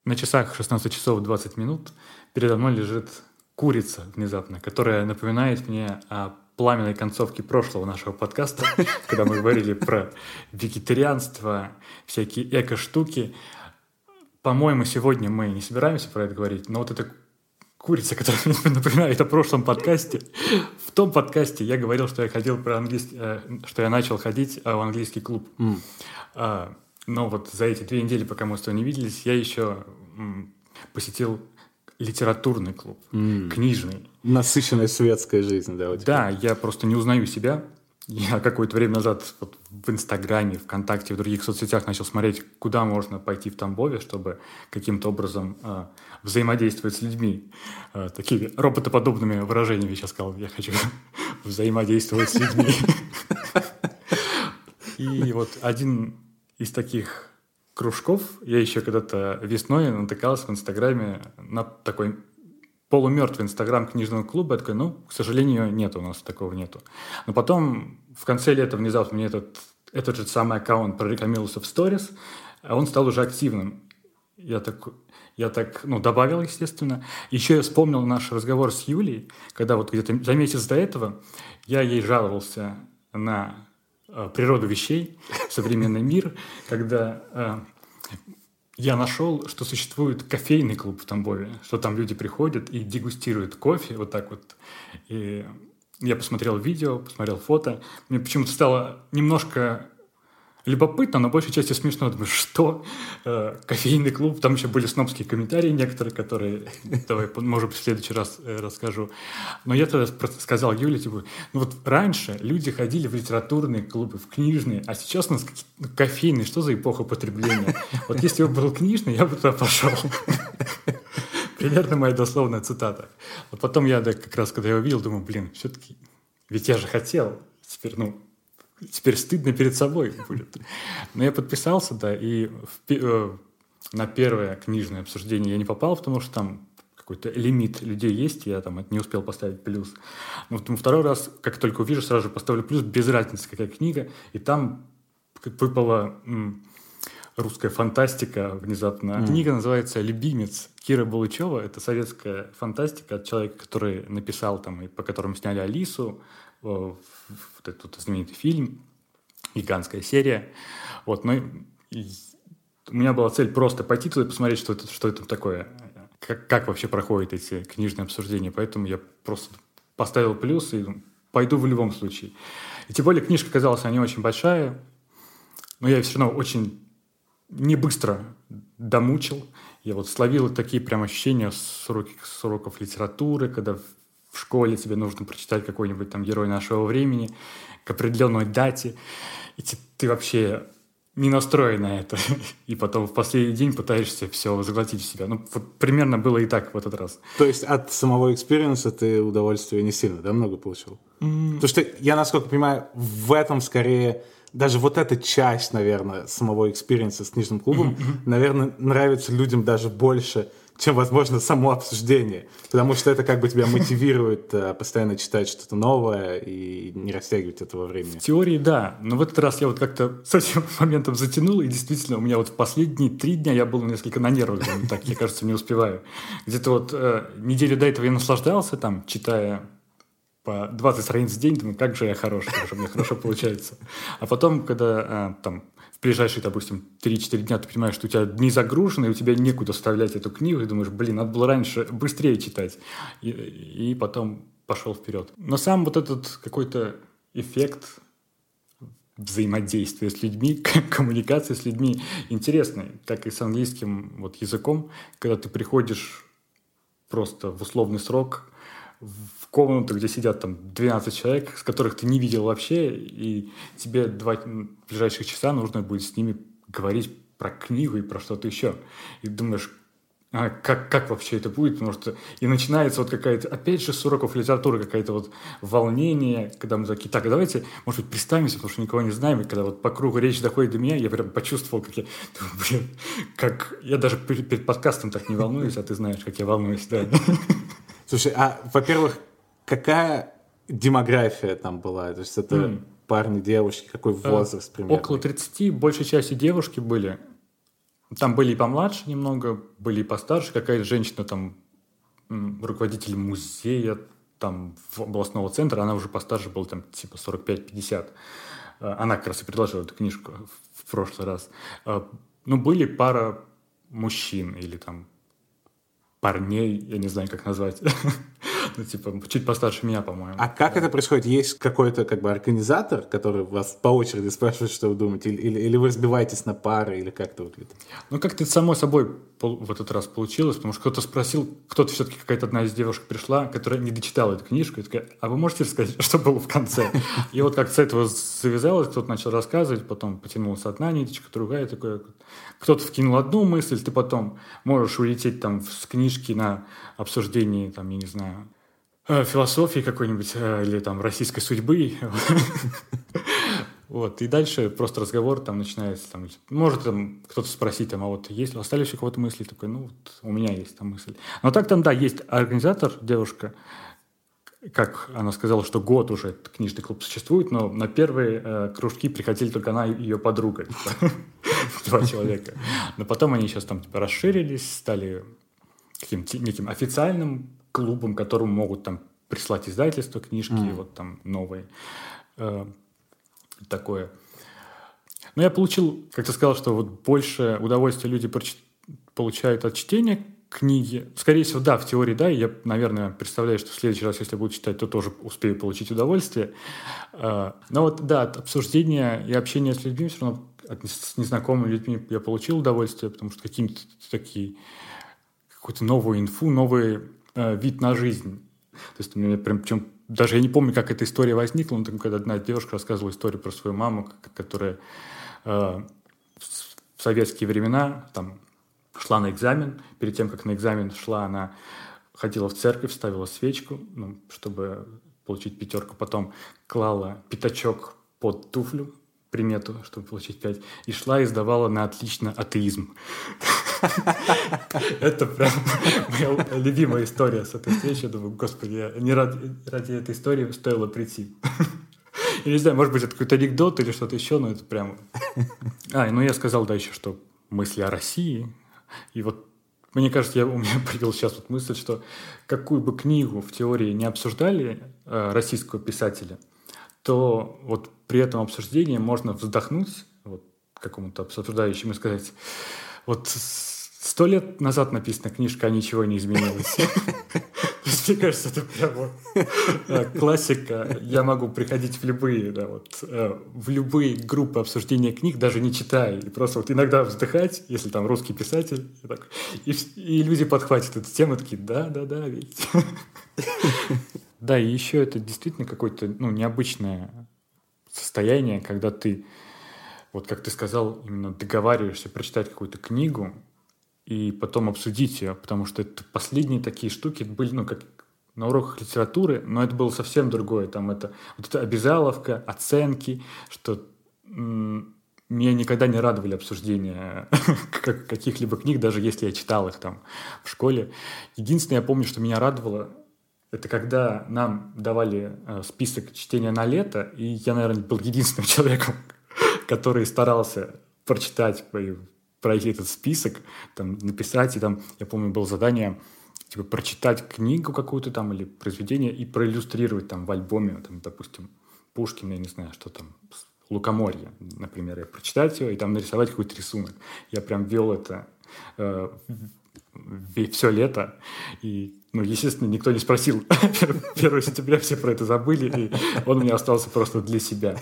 На часах 16 часов 20 минут передо мной лежит курица внезапно, которая напоминает мне о пламенной концовке прошлого нашего подкаста, когда мы говорили про вегетарианство, всякие эко-штуки. По-моему, сегодня мы не собираемся про это говорить, но вот эта курица, которая мне напоминает о прошлом подкасте. В том подкасте я говорил, что я ходил про английский, что я начал ходить в английский клуб. Но вот за эти 2 недели, пока мы с тобой не виделись, я еще посетил литературный клуб, книжный. Насыщенная светская жизнь, да? Да, я просто не узнаю себя. Я какое-то время назад вот в Инстаграме, ВКонтакте, в других соцсетях начал смотреть, куда можно пойти в Тамбове, чтобы каким-то образом взаимодействовать с людьми. Такими роботоподобными выражениями я сейчас сказал, я хочу взаимодействовать с людьми. И вот один из таких кружков, я еще когда-то весной натыкался в Инстаграме на такой полумертвый Инстаграм книжного клуба. Я такой, к сожалению, нет, у нас такого нету. Но потом в конце лета внезапно мне этот же самый аккаунт прорекламировался в сторис, а он стал уже активным. Я так добавил, естественно. Еще я вспомнил наш разговор с Юлей, когда вот где-то за месяц до этого я ей жаловался на природу вещей, современный мир, когда я нашел, что существует кофейный клуб в Тамбове, что там люди приходят и дегустируют кофе, вот так вот. И я посмотрел видео, посмотрел фото. Мне почему-то стало немножко любопытно, но большей частью смешно. Думаю, что? Кофейный клуб? Там еще были снобские комментарии некоторые, которые, давай, может быть, в следующий раз расскажу. Но я тогда сказал Юле, вот раньше люди ходили в литературные клубы, в книжные, а сейчас у нас кофейные. Что за эпоха потребления? Вот если бы был книжный, я бы туда пошел. Примерно моя дословная цитата. Вот потом я как раз, когда я увидел, думаю, все-таки, ведь я же хотел. Теперь стыдно перед собой будет. Но я подписался, да, и на первое книжное обсуждение я не попал, потому что там какой-то лимит людей есть, я там не успел поставить плюс. Но второй раз, как только увижу, сразу же поставлю плюс, без разницы, какая книга, и там выпала русская фантастика внезапно. Книга называется «Любимец» Киры Булычева. Это советская фантастика от человека, который написал там, и по которому сняли «Алису», вот этот знаменитый фильм, гигантская серия. Вот, но у меня была цель просто пойти туда и посмотреть, что это такое, как вообще проходят эти книжные обсуждения. Поэтому я просто поставил плюс и пойду в любом случае. И тем более книжка казалась не очень большая, но я все равно очень не быстро домучил. Я вот словил такие прям ощущения с уроков литературы, когда в школе тебе нужно прочитать какой-нибудь там герой нашего времени к определенной дате, и ты вообще не настроен на это. И потом в последний день пытаешься все заглотить в себя. Вот примерно было и так в этот раз. То есть от самого экспириенса ты удовольствия не сильно, да, много получил? Потому что я, насколько понимаю, в этом скорее... Даже вот эта часть, наверное, самого экспириенса с книжным клубом, наверное, нравится людям даже больше, чем, возможно, само обсуждение. Потому что это как бы тебя мотивирует постоянно читать что-то новое и не растягивать этого времени. В теории, да. Но в этот раз я вот как-то с этим моментом затянул, и действительно у меня вот в последние 3 дня я был несколько на нервах. Так, я, кажется, не успеваю. Где-то вот неделю до этого я наслаждался, там, читая по 20 страниц в день, думаю, как же я хороший, как же у меня хорошо получается. А потом, когда там в ближайшие, допустим, 3-4 дня ты понимаешь, что у тебя дни загружены, и у тебя некуда вставлять эту книгу, и думаешь, надо было раньше быстрее читать. И потом пошел вперед. Но сам вот этот какой-то эффект взаимодействия с людьми, коммуникации с людьми интересный, как и с английским вот языком, когда ты приходишь просто в условный срок в комнату, где сидят там 12 человек, с которых ты не видел вообще, и тебе 2 ближайших часа нужно будет с ними говорить про книгу и про что-то еще. И думаешь, как вообще это будет? Потому что и начинается вот какая-то, опять же, с уроков литературы какое-то вот волнение, когда мы такие, так, а давайте, может быть, представимся, потому что никого не знаем, и когда вот по кругу речь доходит до меня, я прям почувствовал, как я думаю, как я даже перед подкастом так не волнуюсь, а ты знаешь, как я волнуюсь, да. Слушай, во-первых, какая демография там была? То есть это парни, девушки, какой возраст примерно? Около 30, большей частью девушки были. Там были и помладше немного, были и постарше. Какая-то женщина там, руководитель музея там областного центра, она уже постарше была, там типа 45-50. Она как раз и предложила эту книжку в прошлый раз. Ну, были пара мужчин или там парней, я не знаю, как назвать. Ну, типа, чуть постарше меня, по-моему. А как это происходит? Есть какой-то как бы организатор, который вас по очереди спрашивает, что вы думаете? Или вы разбиваетесь на пары, или как это выглядит? Ну, как-то это само собой в этот раз получилось, потому что кто-то спросил, кто-то все-таки, какая-то одна из девушек пришла, которая не дочитала эту книжку, и такая: а вы можете рассказать, что было в конце? И вот как с этого завязалось, кто-то начал рассказывать, потом потянулась одна ниточка, другая, такое. Кто-то вкинул одну мысль, ты потом можешь улететь там с книжки на обсуждение, там, я не знаю, философии какой-нибудь или там российской судьбы. Вот, и дальше просто разговор там начинается. Там, может там кто-то спросить, там, а вот есть, остались у кого-то мысли? Такой, ну, вот у меня есть там мысль. Но так там, да, есть организатор, девушка, как она сказала, что год уже этот книжный клуб существует, но на первые кружки приходили только она и ее подруга. Два человека. Но потом они сейчас там типа расширились, стали каким-то неким официальным клубом, которому могут там прислать издательство, книжки, вот там новые. Такое. Но я получил, как ты сказал, что вот больше удовольствия люди получают от чтения книги. Скорее всего, да, в теории, да, и я, наверное, представляю, что в следующий раз, если буду читать, то тоже успею получить удовольствие. Но вот, да, от обсуждения и общения с людьми все равно, с незнакомыми людьми я получил удовольствие, потому что какие-то такие, какую-то новую инфу, новый вид на жизнь. То есть у меня прям, причем даже я не помню, как эта история возникла, но там, когда одна девушка рассказывала историю про свою маму, которая в советские времена там шла на экзамен. Перед тем, как на экзамен шла, она ходила в церковь, ставила свечку, ну, чтобы получить 5. Потом клала пятачок под туфлю, примету, чтобы получить 5. И шла и сдавала на отлично атеизм. Это прям моя любимая история с этой встречи. Я думаю, господи, не ради этой истории стоило прийти. Я не знаю, может быть, это какой-то анекдот или что-то еще, но это прям... ну я сказал, да, еще, что мысли о России. И вот, мне кажется, у меня появилась сейчас вот мысль, что какую бы книгу в теории не обсуждали российского писателя, то вот при этом обсуждении можно вздохнуть вот какому-то обсуждающему и сказать: вот 100 лет назад написана книжка, а ничего не изменилось. Мне кажется, это прямо классика. Я могу приходить в любые группы обсуждения книг, даже не читая, и просто вот иногда вздыхать, если там русский писатель, и люди подхватят эту тему, такие: да, видите. Да, и еще это действительно какое-то необычное состояние, когда ты, вот как ты сказал, именно договариваешься прочитать какую-то книгу и потом обсудить ее, потому что это последние такие штуки были, как на уроках литературы, но это было совсем другое. Там это обязаловка, оценки, что меня никогда не радовали обсуждения каких-либо книг, даже если я читал их там в школе. Единственное, я помню, что меня радовало, это когда нам давали список чтения на лето, и я, наверное, был единственным человеком, который старался прочитать, пройти этот список, там, написать, и там, я помню, было задание, типа, прочитать книгу какую-то там или произведение и проиллюстрировать там в альбоме, там, допустим, Пушкина, я не знаю, что там, «Лукоморье», например, и прочитать его, и там нарисовать какой-то рисунок. Я прям вел это все лето, и, естественно, никто не спросил. 1 сентября все про это забыли, и он у меня остался просто для себя.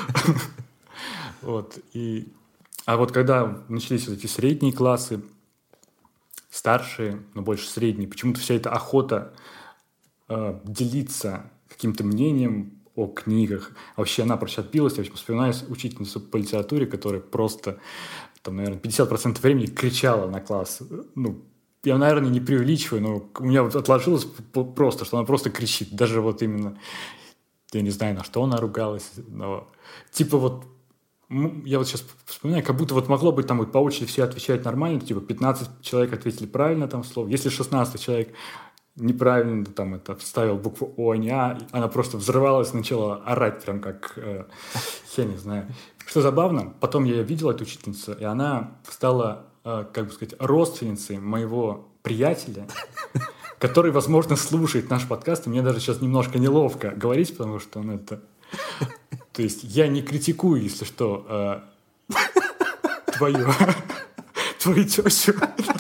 Вот, а вот когда начались вот эти средние классы, старшие, но больше средние, почему-то вся эта охота делиться каким-то мнением о книгах, вообще напрочь отбилась. Я вспоминаю учительницу по литературе, которая просто, там, наверное, 50% времени кричала на класс. Я, наверное, не преувеличиваю, но у меня вот отложилось просто, что она просто кричит. Даже вот именно, я не знаю, на что она ругалась, но типа вот я вот сейчас вспоминаю, как будто вот могло быть там вот по очереди все отвечать нормально, типа 15 человек ответили правильно там слово. Если 16 человек неправильно там это вставил букву О, а не А, она просто взрывалась, начала орать прям как, я не знаю. Что забавно, потом я видел эту учительницу, и она стала как бы сказать, родственницей моего приятеля, который, возможно, слушает наш подкаст, и мне даже сейчас немножко неловко говорить, потому что он это... То есть я не критикую, если что, твою тещу.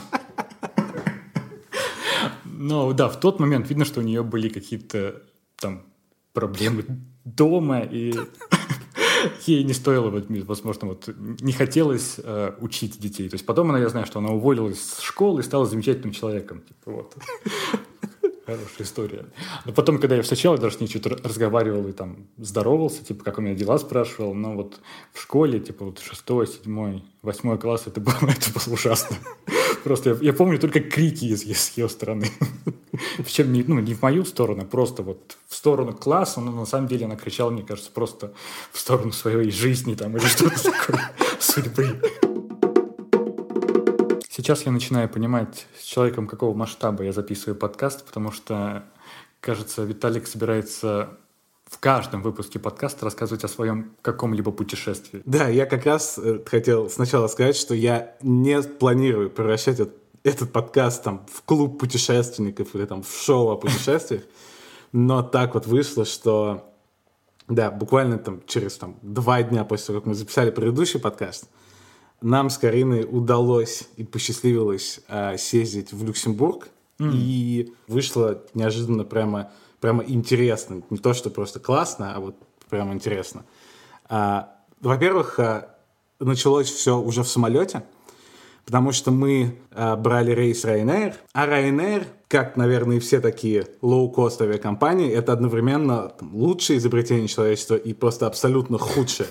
Но да, в тот момент видно, что у нее были какие-то там проблемы дома, и ей не стоило, возможно, не хотелось учить детей. То есть потом я знаю, что она уволилась с школы и стала замечательным человеком. Типа, вот. Хорошая история. Но потом, когда я встречал, я даже с ней что-то разговаривал и там здоровался, типа, как у меня дела спрашивал. Но вот в школе, типа, 6, 7, 8 класс, это было ужасно. Просто я помню только крики с ее стороны. Причем не в мою сторону, просто вот в сторону класса, но на самом деле она кричала, мне кажется, просто в сторону своей жизни там или что-то такое, судьбы. Сейчас я начинаю понимать, с человеком какого масштаба я записываю подкаст, потому что, кажется, Виталик собирается в каждом выпуске подкаста рассказывать о своем каком-либо путешествии. Да, я как раз хотел сначала сказать, что я не планирую превращать этот подкаст там, в клуб путешественников или там, в шоу о путешествиях, но так вот вышло, что да, буквально там, через 2 дня после того, как мы записали предыдущий подкаст, нам с Кариной удалось и посчастливилось съездить в Люксембург, и вышло неожиданно прямо интересно. Не то, что просто классно, а вот прямо интересно. Во-первых, началось все уже в самолете, потому что мы брали рейс Ryanair, а Ryanair, как, наверное, и все такие лоу-кост авиакомпании, это одновременно лучшее изобретение человечества и просто абсолютно худшее.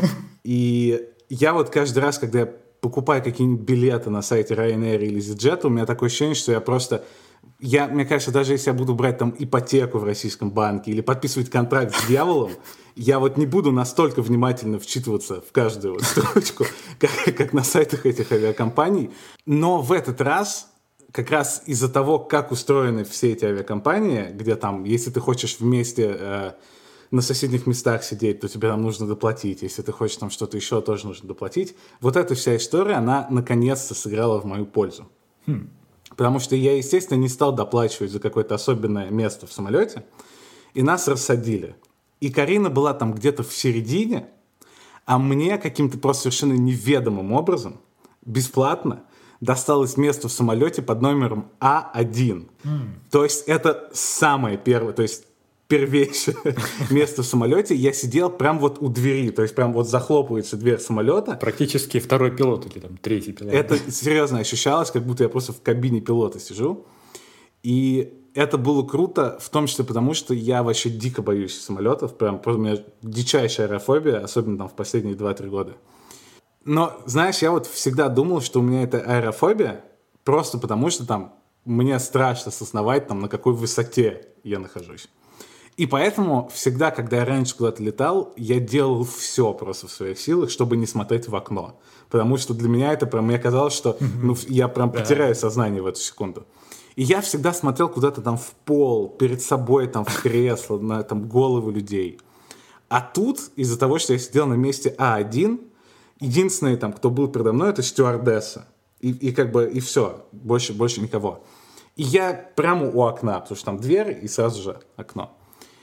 И я вот каждый раз, когда я покупаю какие-нибудь билеты на сайте Ryanair или EasyJet, у меня такое ощущение, что я просто... мне кажется, даже если я буду брать там ипотеку в российском банке или подписывать контракт с дьяволом, я вот не буду настолько внимательно вчитываться в каждую вот строчку, как на сайтах этих авиакомпаний. Но в этот раз, как раз из-за того, как устроены все эти авиакомпании, где там, если ты хочешь вместе на соседних местах сидеть, то тебе там нужно доплатить. Если ты хочешь там что-то еще, тоже нужно доплатить. Вот эта вся история, она наконец-то сыграла в мою пользу. Потому что я, естественно, не стал доплачивать за какое-то особенное место в самолете, и нас рассадили. И Карина была там где-то в середине, а мне каким-то просто совершенно неведомым образом, бесплатно, досталось место в самолете под номером А1. То есть это самое первое, то есть первейшее место в самолете. Я сидел прям вот у двери, то есть прям вот захлопывается дверь самолета. Практически второй пилот или там третий пилот. Это серьезно ощущалось, как будто я просто в кабине пилота сижу. И это было круто, в том числе потому, что я вообще дико боюсь самолетов. Прям у меня дичайшая аэрофобия, особенно там в последние 2-3 года. Но, знаешь, я вот всегда думал, что у меня это аэрофобия просто потому, что там мне страшно осознавать, там, на какой высоте я нахожусь. И поэтому всегда, когда я раньше куда-то летал, я делал все просто в своих силах, чтобы не смотреть в окно. Потому что для меня это прям, мне казалось, что я прям потеряю сознание в эту секунду. И я всегда смотрел куда-то там в пол, перед собой там в кресло, на там головы людей. А тут, из-за того, что я сидел на месте А1, единственный там, кто был передо мной, это стюардесса. И как бы, и все, больше никого. И я прямо у окна, потому что там дверь и сразу же окно.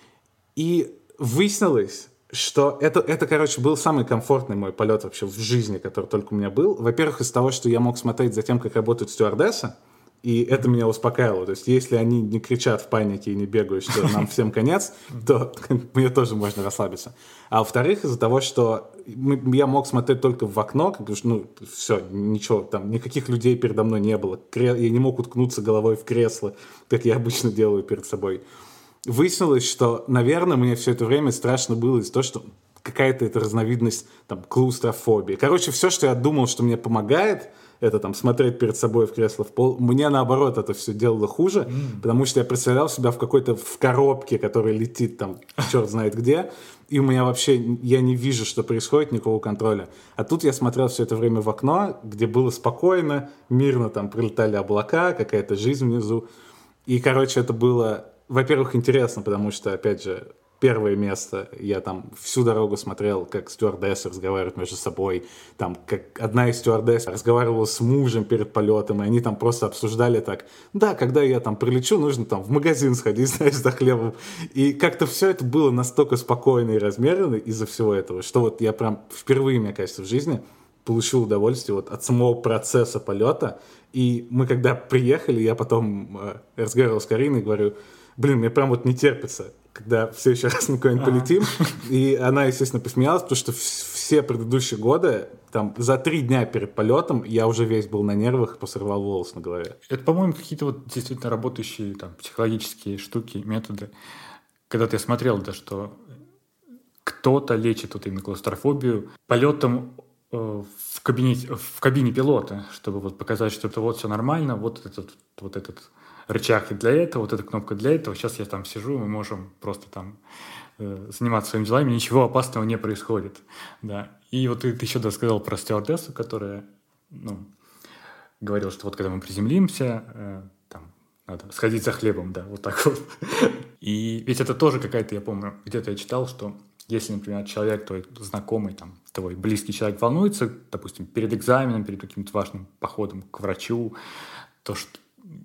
И выяснилось, что это, короче, был самый комфортный мой полет вообще в жизни, который только у меня был. Во-первых, из того, что я мог смотреть за тем, как работает стюардесса, и это меня успокаивало. То есть, если они не кричат в панике и не бегают, что нам всем конец, то мне тоже можно расслабиться. А во-вторых, из-за того, что я мог смотреть только в окно, потому что, все, ничего, там, никаких людей передо мной не было. Я не мог уткнуться головой в кресло, как я обычно делаю перед собой. Выяснилось, что, наверное, мне все это время страшно было из-за того, что какая-то это разновидность там, клаустрофобии. Короче, все, что я думал, что мне помогает, это там смотреть перед собой в кресло в пол, мне наоборот это все делало хуже, потому что я представлял себя в коробке, которая летит там черт знает где, и у меня вообще, я не вижу, что происходит, никакого контроля. А тут я смотрел все это время в окно, где было спокойно, мирно там прилетали облака, какая-то жизнь внизу. И, короче, это было... Во-первых, интересно, потому что, опять же, первое место. Я там всю дорогу смотрел, как стюардессы разговаривают между собой. Там, как одна из стюардесс разговаривала с мужем перед полетом, и они там просто обсуждали так: да, когда я там прилечу, нужно там в магазин сходить, знаешь, за хлебом. И как-то все это было настолько спокойно и размеренно из-за всего этого, что вот я прям впервые, мне кажется, в жизни получил удовольствие вот от самого процесса полета. И мы когда приехали, я потом разговаривал с Кариной и говорю: блин, мне прям вот не терпится, когда в следующий раз мы куда-нибудь полетим. И она, естественно, посмеялась, потому что все предыдущие годы, там, за 3 дня перед полетом я уже весь был на нервах и посрывал волосы на голове. Это, по-моему, какие-то вот действительно работающие там психологические штуки, методы. Когда ты смотрел, да, что кто-то лечит вот именно клаустрофобию полетом в кабине пилота, чтобы вот показать, что это вот все нормально, вот этот рычаг для этого, вот эта кнопка для этого. Сейчас я там сижу, мы можем просто там заниматься своими делами, ничего опасного не происходит. Да. И вот ты еще сказал про стюардессу, которая говорила, что вот когда мы приземлимся, там надо сходить за хлебом, да, вот так вот. И ведь это тоже какая-то, я помню, где-то я читал, что если, например, человек, твой знакомый, там, твой близкий человек волнуется, допустим, перед экзаменом, перед каким-то важным походом к врачу, то что,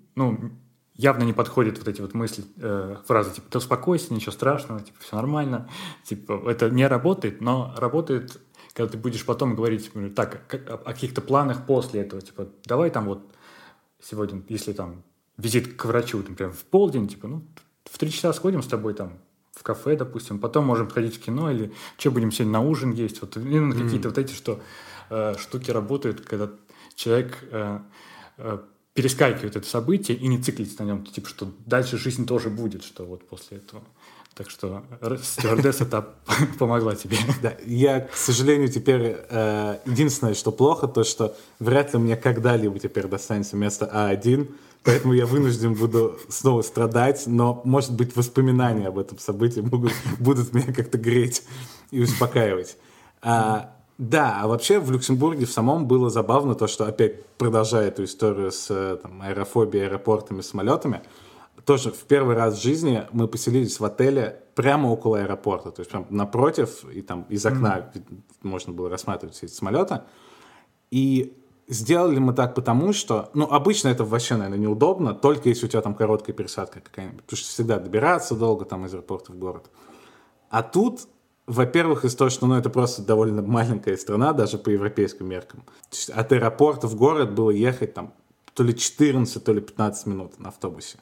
явно не подходят вот эти вот мысли, фразы, типа, ты успокойся, ничего страшного, типа, все нормально. Типа, это не работает, но работает, когда ты будешь потом говорить, так, о каких-то планах после этого, типа, давай там вот сегодня, если там визит к врачу, например, в полдень, типа, в 3 часа сходим с тобой там в кафе, допустим, потом можем ходить в кино, или что будем сегодня на ужин есть, вот именно какие-то вот эти, что штуки работают, когда человек перескакивает это событие и не циклится на нем, типа, что дальше жизнь тоже будет, что вот после этого. Так что стюардесса помогла тебе. Да, я, к сожалению, теперь единственное, что плохо, то, что вряд ли мне когда-либо теперь достанется место А1, поэтому я вынужден буду снова страдать, но, может быть, воспоминания об этом событии будут меня как-то греть и успокаивать. Да, а вообще в Люксембурге в самом было забавно то, что, опять продолжая эту историю с аэрофобией, аэропортами, самолетами, тоже в первый раз в жизни мы поселились в отеле прямо около аэропорта, то есть прям напротив, и там из окна можно было рассматривать все эти самолеты. И сделали мы так потому, что, обычно это вообще, наверное, неудобно, только если у тебя там короткая пересадка какая-нибудь, потому что всегда добираться долго там из аэропорта в город. А тут, во-первых, из-за того, что это просто довольно маленькая страна, даже по европейским меркам. То есть от аэропорта в город было ехать там то ли 14, то ли 15 минут на автобусе.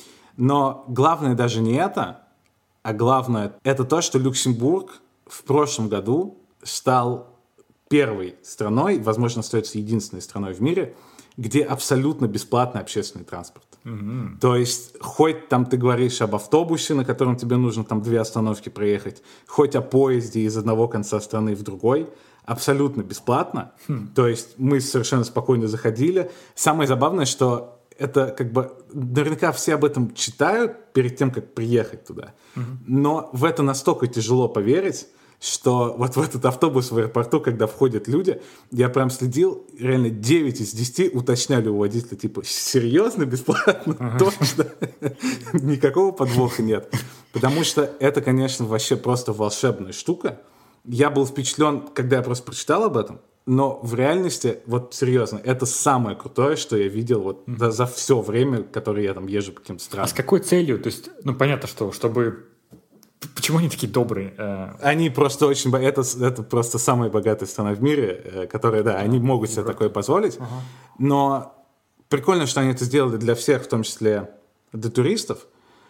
Но главное даже не это, а главное это то, что Люксембург в прошлом году стал первой страной, возможно, остается единственной страной в мире, где абсолютно бесплатный общественный транспорт. Mm-hmm. То есть, хоть там ты говоришь об автобусе, на котором тебе нужно там 2 остановки проехать, хоть о поезде из одного конца страны в другой, абсолютно бесплатно. То есть, мы совершенно спокойно заходили. Самое забавное, что это как бы наверняка все об этом читают перед тем, как приехать туда. Но в это настолько тяжело поверить, что вот в этот автобус в аэропорту, когда входят люди, я прям следил, реально 9 из 10 уточняли у водителя, типа, серьезно, бесплатно? Точно? Никакого подвоха нет. Потому что это, конечно, вообще просто волшебная штука. Я был впечатлен, когда я просто прочитал об этом, но в реальности, вот серьезно, это самое крутое, что я видел вот за все время, которое я там езжу по каким-то странам. А с какой целью? То есть, понятно, что чтобы... Почему они такие добрые? Они просто очень... Это просто самая богатая страна в мире, которая, да, они могут себе такое позволить. Но прикольно, что они это сделали для всех, в том числе для туристов.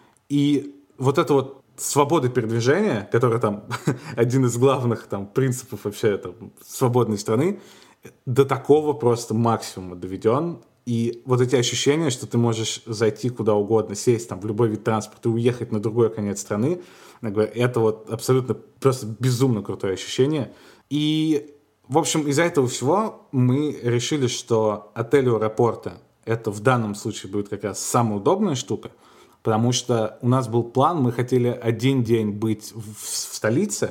И вот это вот свобода передвижения, которая там один из главных там принципов вообще там, свободной страны, до такого просто максимума доведен. И вот эти ощущения, что ты можешь зайти куда угодно, сесть там в любой вид транспорта и уехать на другой конец страны, это вот абсолютно просто безумно крутое ощущение. И, в общем, из-за этого всего мы решили, что отель у аэропорта это в данном случае будет как раз самая удобная штука, потому что у нас был план, мы хотели один день быть в столице,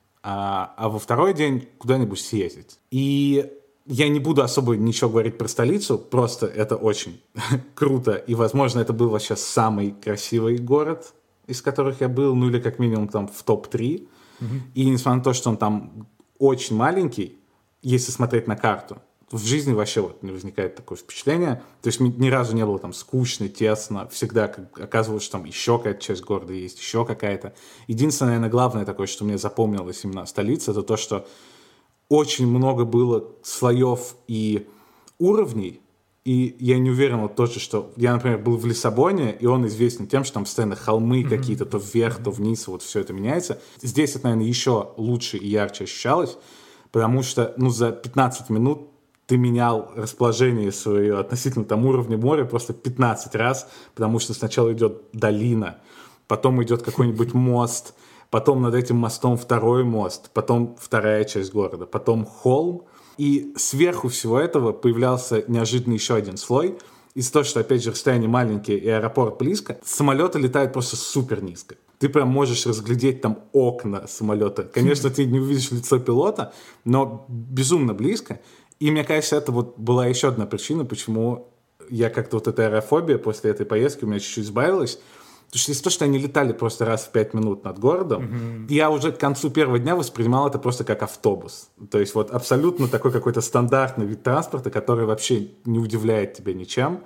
а во второй день куда-нибудь съездить. И я не буду особо ничего говорить про столицу, просто это очень круто. И, возможно, это был вообще самый красивый город из которых я был, ну или как минимум там в топ-3. И несмотря на то, что он там очень маленький, если смотреть на карту, в жизни вообще вот не возникает такое впечатление. То есть ни разу не было там скучно, тесно. Всегда оказывалось, что там еще какая-то часть города есть, еще какая-то. Единственное, наверное, главное такое, что мне запомнилось именно в столице, это то, что очень много было слоев и уровней. И я не уверен вот тоже, что... Я, например, был в Лиссабоне, и он известен тем, что там постоянно холмы какие-то, то вверх, то вниз, вот все это меняется. Здесь это, наверное, еще лучше и ярче ощущалось, потому что, ну, за 15 минут ты менял расположение свое относительно там уровня моря просто 15 раз, потому что сначала идет долина, потом идет какой-нибудь мост, потом над этим мостом второй мост, потом вторая часть города, потом холм. И сверху всего этого появлялся неожиданно еще один слой. Из-за того, что, опять же, расстояние маленькие и аэропорт близко, самолеты летают просто супер низко. Ты прям можешь разглядеть там окна самолета. Конечно, ты не увидишь лицо пилота, но безумно близко. И мне кажется, это вот была еще одна причина, почему я как-то вот эта аэрофобия после этой поездки у меня чуть-чуть сбавилась. Потому что из-за того, что они летали просто раз в 5 минут над городом, я уже к концу первого дня воспринимал это просто как автобус. То есть вот абсолютно такой какой-то стандартный вид транспорта, который вообще не удивляет тебя ничем.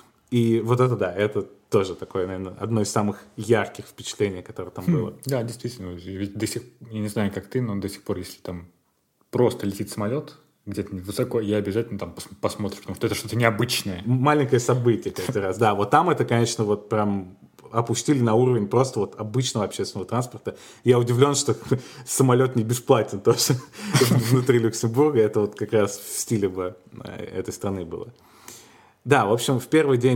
И вот это да, это тоже такое, наверное, одно из самых ярких впечатлений, которое там было. Да, действительно. Ведь я не знаю, как ты, но до сих пор, если там просто летит самолет где-то высоко, я обязательно там посмотрю, потому что это что-то необычное. Маленькое событие каждый раз. Да, вот там это, конечно, вот прям опустили на уровень просто вот обычного общественного транспорта. Я удивлен, что самолет не бесплатен тоже внутри Люксембурга. Это вот как раз в стиле бы этой страны было. Да, в общем, в первый день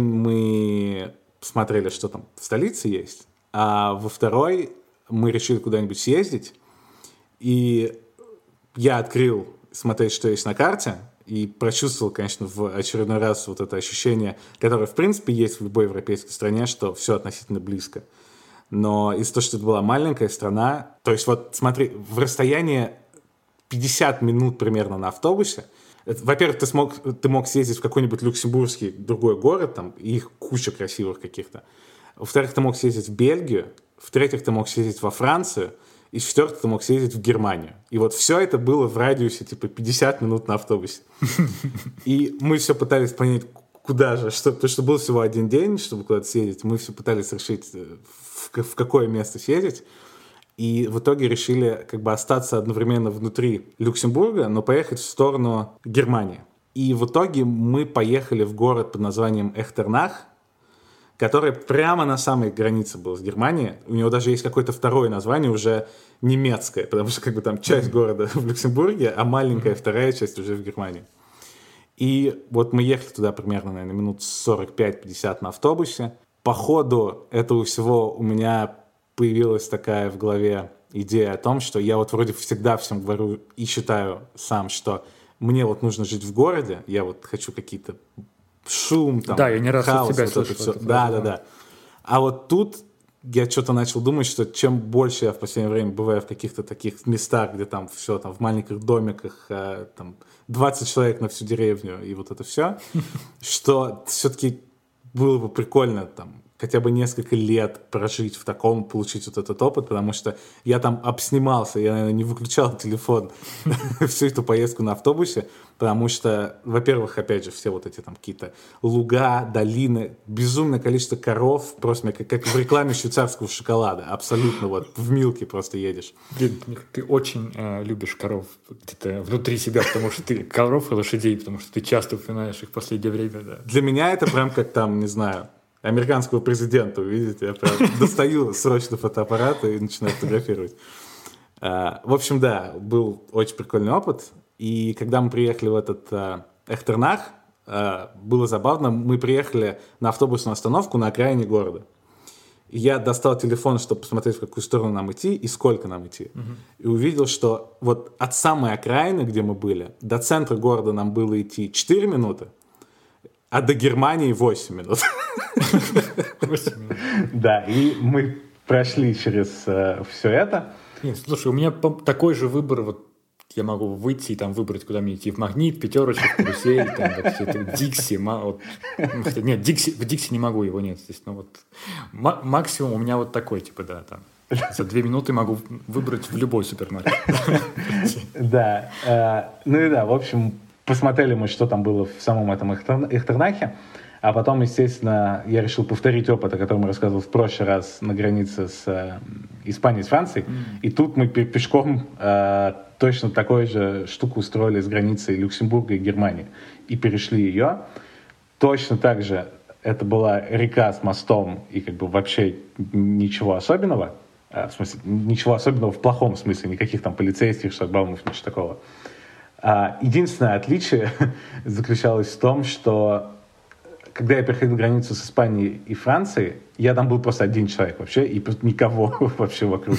мы смотрели, что там в столице есть, а во второй мы решили куда-нибудь съездить, и я открыл смотреть, что есть на карте, и прочувствовал, конечно, в очередной раз вот это ощущение, которое, в принципе, есть в любой европейской стране, что все относительно близко. Но из-за того, что это была маленькая страна, то есть вот смотри, в расстоянии 50 минут примерно на автобусе, во-первых, ты мог съездить в какой-нибудь люксембургский другой город, там их куча красивых каких-то. Во-вторых, ты мог съездить в Бельгию. В-третьих, ты мог съездить во Францию. И в-четвертых, ты мог съездить в Германию. И вот все это было в радиусе типа 50 минут на автобусе. И мы все пытались понять, куда же, потому что был всего один день, чтобы куда-то съездить. Мы все пытались решить, в какое место съездить. И в итоге решили как бы остаться одновременно внутри Люксембурга, но поехать в сторону Германии. И в итоге мы поехали в город под названием Эхтернах, который прямо на самой границе был с Германией. У него даже есть какое-то второе название, уже немецкое, потому что как бы там часть города в Люксембурге, а маленькая вторая часть уже в Германии. И вот мы ехали туда примерно, наверное, минут 45-50 на автобусе. По ходу этого всего у меня появилась такая в голове идея о том, что я вот вроде всегда всем говорю и считаю сам, что мне вот нужно жить в городе, я вот хочу какие-то шум, там, да, я не раз хаос, от тебя вот слышал это все. это, Да. А вот тут я что-то начал думать, что чем больше я в последнее время бываю в каких-то таких местах, где там все там в маленьких домиках, там 20 человек на всю деревню и вот это все, что все-таки было бы прикольно там хотя бы несколько лет прожить в таком, получить вот этот опыт, потому что я там обснимался, я, наверное, не выключал телефон всю эту поездку на автобусе, потому что, во-первых, опять же, все вот эти там какие-то луга, долины, безумное количество коров, просто как в рекламе швейцарского шоколада, абсолютно вот в Милке просто едешь. Блин, ты очень любишь коров где-то внутри себя, потому что ты коров и лошадей, потому что ты часто упоминаешь их в последнее время, да. Для меня это прям как там, не знаю, американского президента увидеть. Я прям достаю срочно фотоаппарат и начинаю фотографировать. В общем, да, был очень прикольный опыт. И когда мы приехали в этот Эхтернах, было забавно. Мы приехали на автобусную остановку на окраине города. И я достал телефон, чтобы посмотреть, в какую сторону нам идти и сколько нам идти. И увидел, что вот от самой окраины, где мы были, до центра города нам было идти 4 минуты, а до Германии 8 минут. 8 минут. Да, и мы прошли через все это. Нет, слушай, у меня такой же выбор, вот я могу выйти и там выбрать, куда мне идти, в Магнит, Пятерочку, в Карусель, там вот это Дикси. Хотя, нет, в Дикси не могу, его нет здесь. Ну, вот, максимум у меня вот такой, типа, да, там. За 2 минуты могу выбрать в любой супермаркет. Да. Ну и да, в общем, посмотрели мы, что там было в самом этом Эхтернахе. А потом, естественно, я решил повторить опыт, о котором я рассказывал в прошлый раз на границе с Испанией, с Францией. И тут мы пешком точно такую же штуку устроили с границей Люксембурга и Германии. И перешли ее. Точно так же это была река с мостом и как бы вообще ничего особенного. В смысле, ничего особенного в плохом смысле, никаких там полицейских шлагбаумов, ничего такого. Единственное отличие заключалось в том, что когда я переходил границу с Испанией и Францией, я там был просто один человек вообще, и никого вообще вокруг.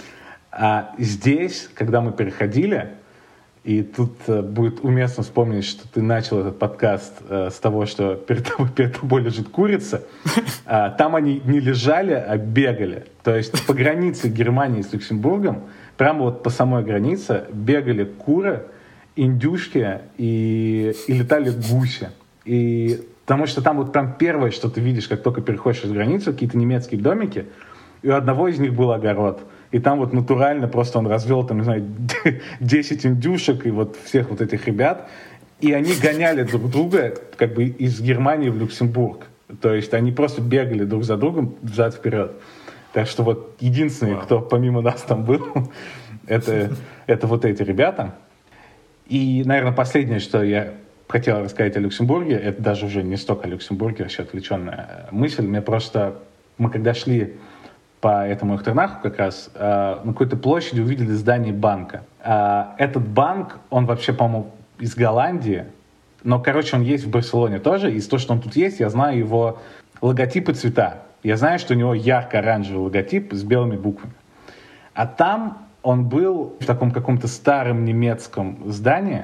А здесь, когда мы переходили, и тут будет уместно вспомнить, что ты начал этот подкаст с того, что перед тобой лежит курица, там они не лежали, а бегали. То есть по границе Германии с Люксембургом, прямо вот по самой границе бегали куры, индюшки и летали гуси. Потому что там вот прям первое, что ты видишь, как только переходишь из границы, какие-то немецкие домики, и у одного из них был огород. И там вот натурально просто он развел, там, не знаю, 10 индюшек и вот всех вот этих ребят. И они гоняли друг друга как бы из Германии в Люксембург. То есть они просто бегали друг за другом взад-вперед. Так что вот единственный, кто помимо нас там был, это вот эти ребята. И, наверное, последнее, что я хотел рассказать о Люксембурге, это даже уже не столько о Люксембурге, вообще отвлеченная мысль. Мы когда шли по этому Эхтернаху как раз, на какой-то площади увидели здание банка. Этот банк, он вообще, по-моему, из Голландии, но, короче, он есть в Барселоне тоже. Из того, что он тут есть, я знаю его логотип и цвета. Я знаю, что у него ярко-оранжевый логотип с белыми буквами. А там он был в таком каком-то старом немецком здании.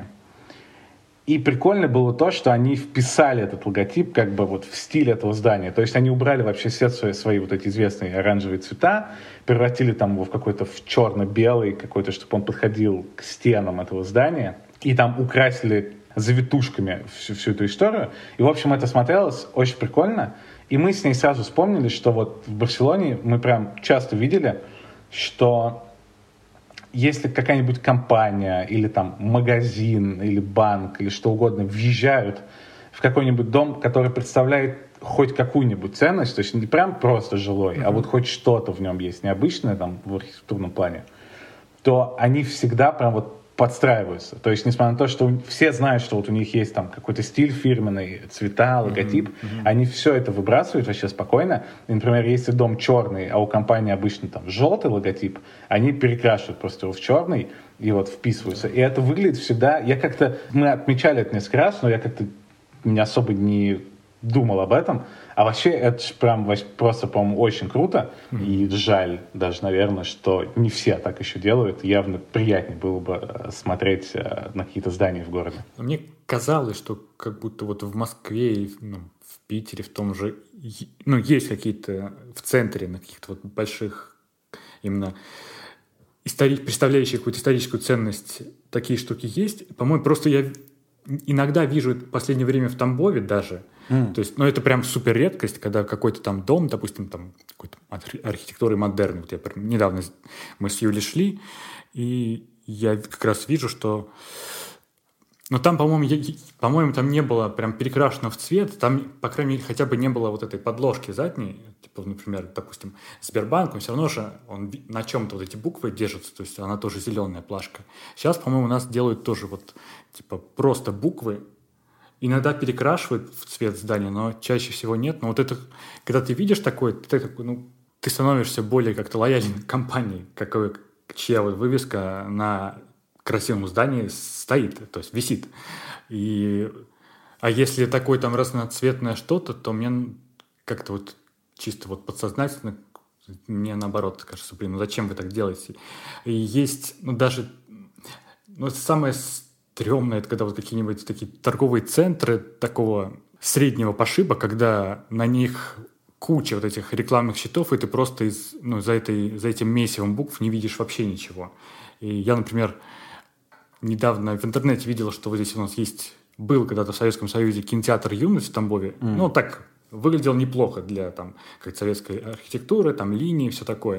И прикольно было то, что они вписали этот логотип как бы вот в стиль этого здания. То есть они убрали вообще все свои вот эти известные оранжевые цвета, превратили там его в какой-то в черно-белый какой-то, чтобы он подходил к стенам этого здания. И там украсили завитушками всю эту историю. И, в общем, это смотрелось очень прикольно. И мы с ней сразу вспомнили, что вот в Барселоне мы прям часто видели, что если какая-нибудь компания или там магазин или банк или что угодно въезжают в какой-нибудь дом, который представляет хоть какую-нибудь ценность, то есть не прям просто жилой, а вот хоть что-то в нем есть необычное там в архитектурном плане, то они всегда прям вот подстраиваются. То есть, несмотря на то, что все знают, что вот у них есть там какой-то стиль фирменный, цвета, логотип, они все это выбрасывают вообще спокойно. И, например, если дом черный, а у компании обычно там желтый логотип, они перекрашивают просто его в черный и вот вписываются. И это выглядит всегда... Мы отмечали это несколько раз, но я как-то не особо не думал об этом. А вообще это же прям просто, по-моему, очень круто. И жаль даже, наверное, что не все так еще делают. Явно приятнее было бы смотреть на какие-то здания в городе. Мне казалось, что как будто вот в Москве, в Питере, в том же, есть какие-то в центре, на каких-то вот больших именно представляющие какую-то историческую ценность, такие штуки есть. По-моему, просто я иногда вижу это в последнее время в Тамбове даже. То есть, это прям супер редкость, когда какой-то там дом, допустим, там какой-то архитектуры модерн. Вот недавно мы с Юлей шли, и я как раз вижу, что... Но там, по-моему, там не было прям перекрашено в цвет, там, по крайней мере, хотя бы не было вот этой подложки задней, типа, например, допустим, Сбербанк, он все равно же, он на чем-то вот эти буквы держатся, то есть она тоже зеленая плашка. Сейчас, по-моему, у нас делают тоже вот, типа, просто буквы, иногда перекрашивают в цвет здания, но чаще всего нет. Но вот это, когда ты видишь такое, ты становишься более как-то лояльным к компании, чья вот вывеска на красивом здании стоит, то есть висит. А если такое там разноцветное что-то, то мне как-то вот чисто вот подсознательно мне наоборот кажется, зачем вы так делаете? И есть, даже самое стрёмное, это когда вот какие-нибудь такие торговые центры такого среднего пошиба, когда на них куча вот этих рекламных щитов, и ты просто за этим месивом букв не видишь вообще ничего. И я, например, недавно в интернете видел, что вот здесь у нас был когда-то в Советском Союзе кинотеатр «Юность» в Тамбове. Ну, так выглядел неплохо для там, как советской архитектуры, там линии, все такое.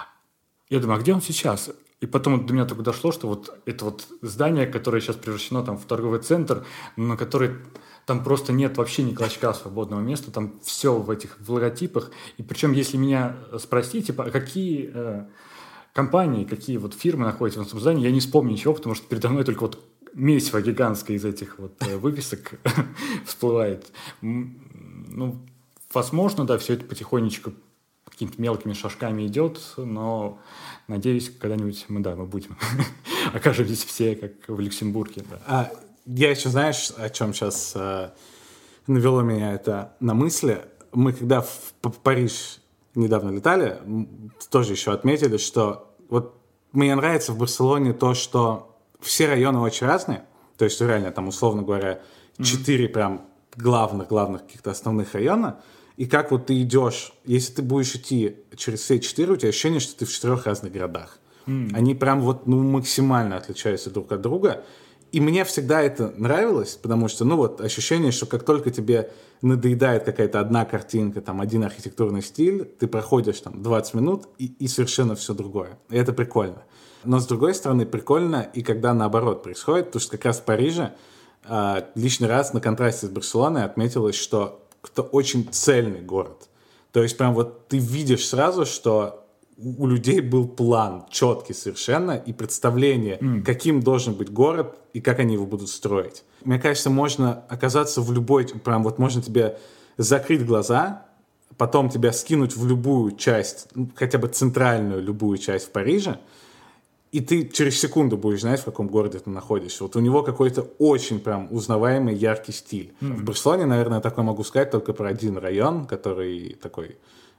Я думаю, а где он сейчас? И потом до меня только дошло, что вот это вот здание, которое сейчас превращено там в торговый центр, на который там просто нет вообще ни клочка свободного места, там все в этих логотипах. И причем, если меня спросить, типа, а какие компании, какие вот фирмы находятся в этом здании, я не вспомню ничего, потому что передо мной только вот месиво гигантское из этих вот вывесок всплывает. Ну, возможно, да, все это потихонечку какими-то мелкими шажками идет, но надеюсь, когда-нибудь мы будем окажемся все, как в Люксембурге. Да. Я еще, знаешь, о чем сейчас навело меня это на мысли. Мы когда в Париж недавно летали, тоже еще отметили, что вот мне нравится в Барселоне то, что все районы очень разные. То есть реально там, условно говоря, 4 прям главных каких-то основных района. И как вот ты идешь, если ты будешь идти через все 4, у тебя ощущение, что ты в 4 разных городах. Они прям вот максимально отличаются друг от друга. И мне всегда это нравилось, потому что, ощущение, что как только тебе надоедает какая-то одна картинка, там, один архитектурный стиль, ты проходишь там 20 минут и совершенно все другое. И это прикольно. Но, с другой стороны, прикольно и когда наоборот происходит, потому что как раз в Париже лишний раз на контрасте с Барселоной отметилось, что это очень цельный город. То есть прям вот ты видишь сразу, что у людей был план четкий совершенно и представление, каким должен быть город и как они его будут строить. Мне кажется, можно оказаться в любой... Прям вот можно тебе закрыть глаза, потом тебя скинуть в любую часть, хотя бы центральную любую часть в Париже, и ты через секунду будешь знать, в каком городе ты находишься. Вот у него какой-то очень прям узнаваемый яркий стиль. В Барселоне, наверное, такое могу сказать только про один район, который такой...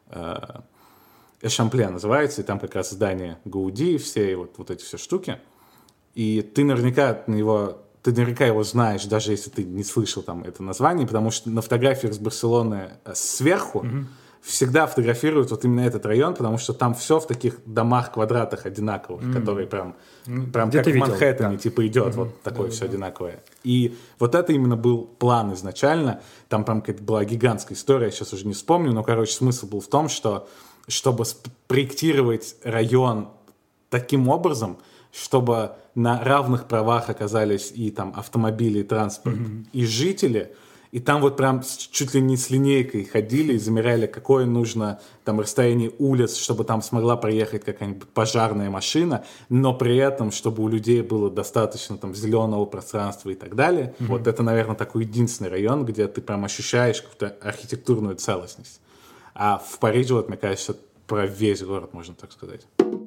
Эшампле называется, и там как раз здание Гауди, все вот эти все штуки. И ты наверняка его знаешь, даже если ты не слышал там это название, потому что на фотографиях с Барселоны сверху всегда фотографируют вот именно этот район, потому что там все в таких домах-квадратах одинаковых, которые прям как в Манхэттене, типа идет вот такое все одинаковое. И вот это именно был план изначально. Там прям какая-то была гигантская история, я сейчас уже не вспомню, но, короче, смысл был в том, что чтобы спроектировать район таким образом, чтобы на равных правах оказались и там автомобили, и транспорт, и жители, и там вот прям чуть ли не с линейкой ходили и замеряли, какое нужно там расстояние улиц, чтобы там смогла проехать какая-нибудь пожарная машина, но при этом, чтобы у людей было достаточно там зеленого пространства и так далее. Вот это, наверное, такой единственный район, где ты прям ощущаешь какую-то архитектурную целостность. А в Париже, вот, мне кажется, про весь город, можно так сказать.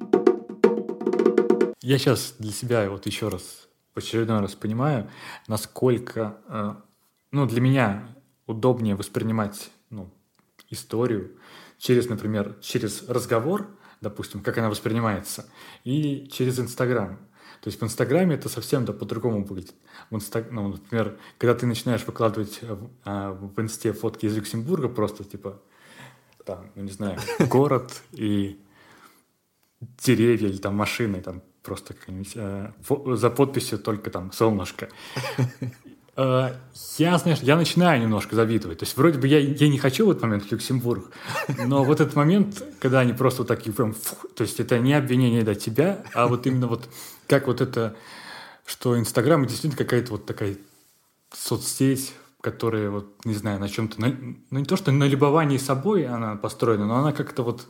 Я сейчас для себя вот еще раз, в очередной раз понимаю, насколько, для меня удобнее воспринимать, историю например, через разговор, допустим, как она воспринимается, и через Инстаграм. То есть в Инстаграме это совсем по-другому выглядит. Например, когда ты начинаешь выкладывать в Инсте фотки из Люксембурга, просто типа там, не знаю, город и деревья или там машины, там просто за подписью только там солнышко. Я начинаю немножко завидовать. То есть вроде бы я не хочу в этот момент в Люксембург, но в этот момент, когда они просто вот такие прям... то есть это не обвинение до тебя, а вот именно вот как вот это, что Инстаграм действительно какая-то вот такая соцсеть, которая, вот, не знаю, на чем-то... не то, что на любовании собой она построена, но она как-то вот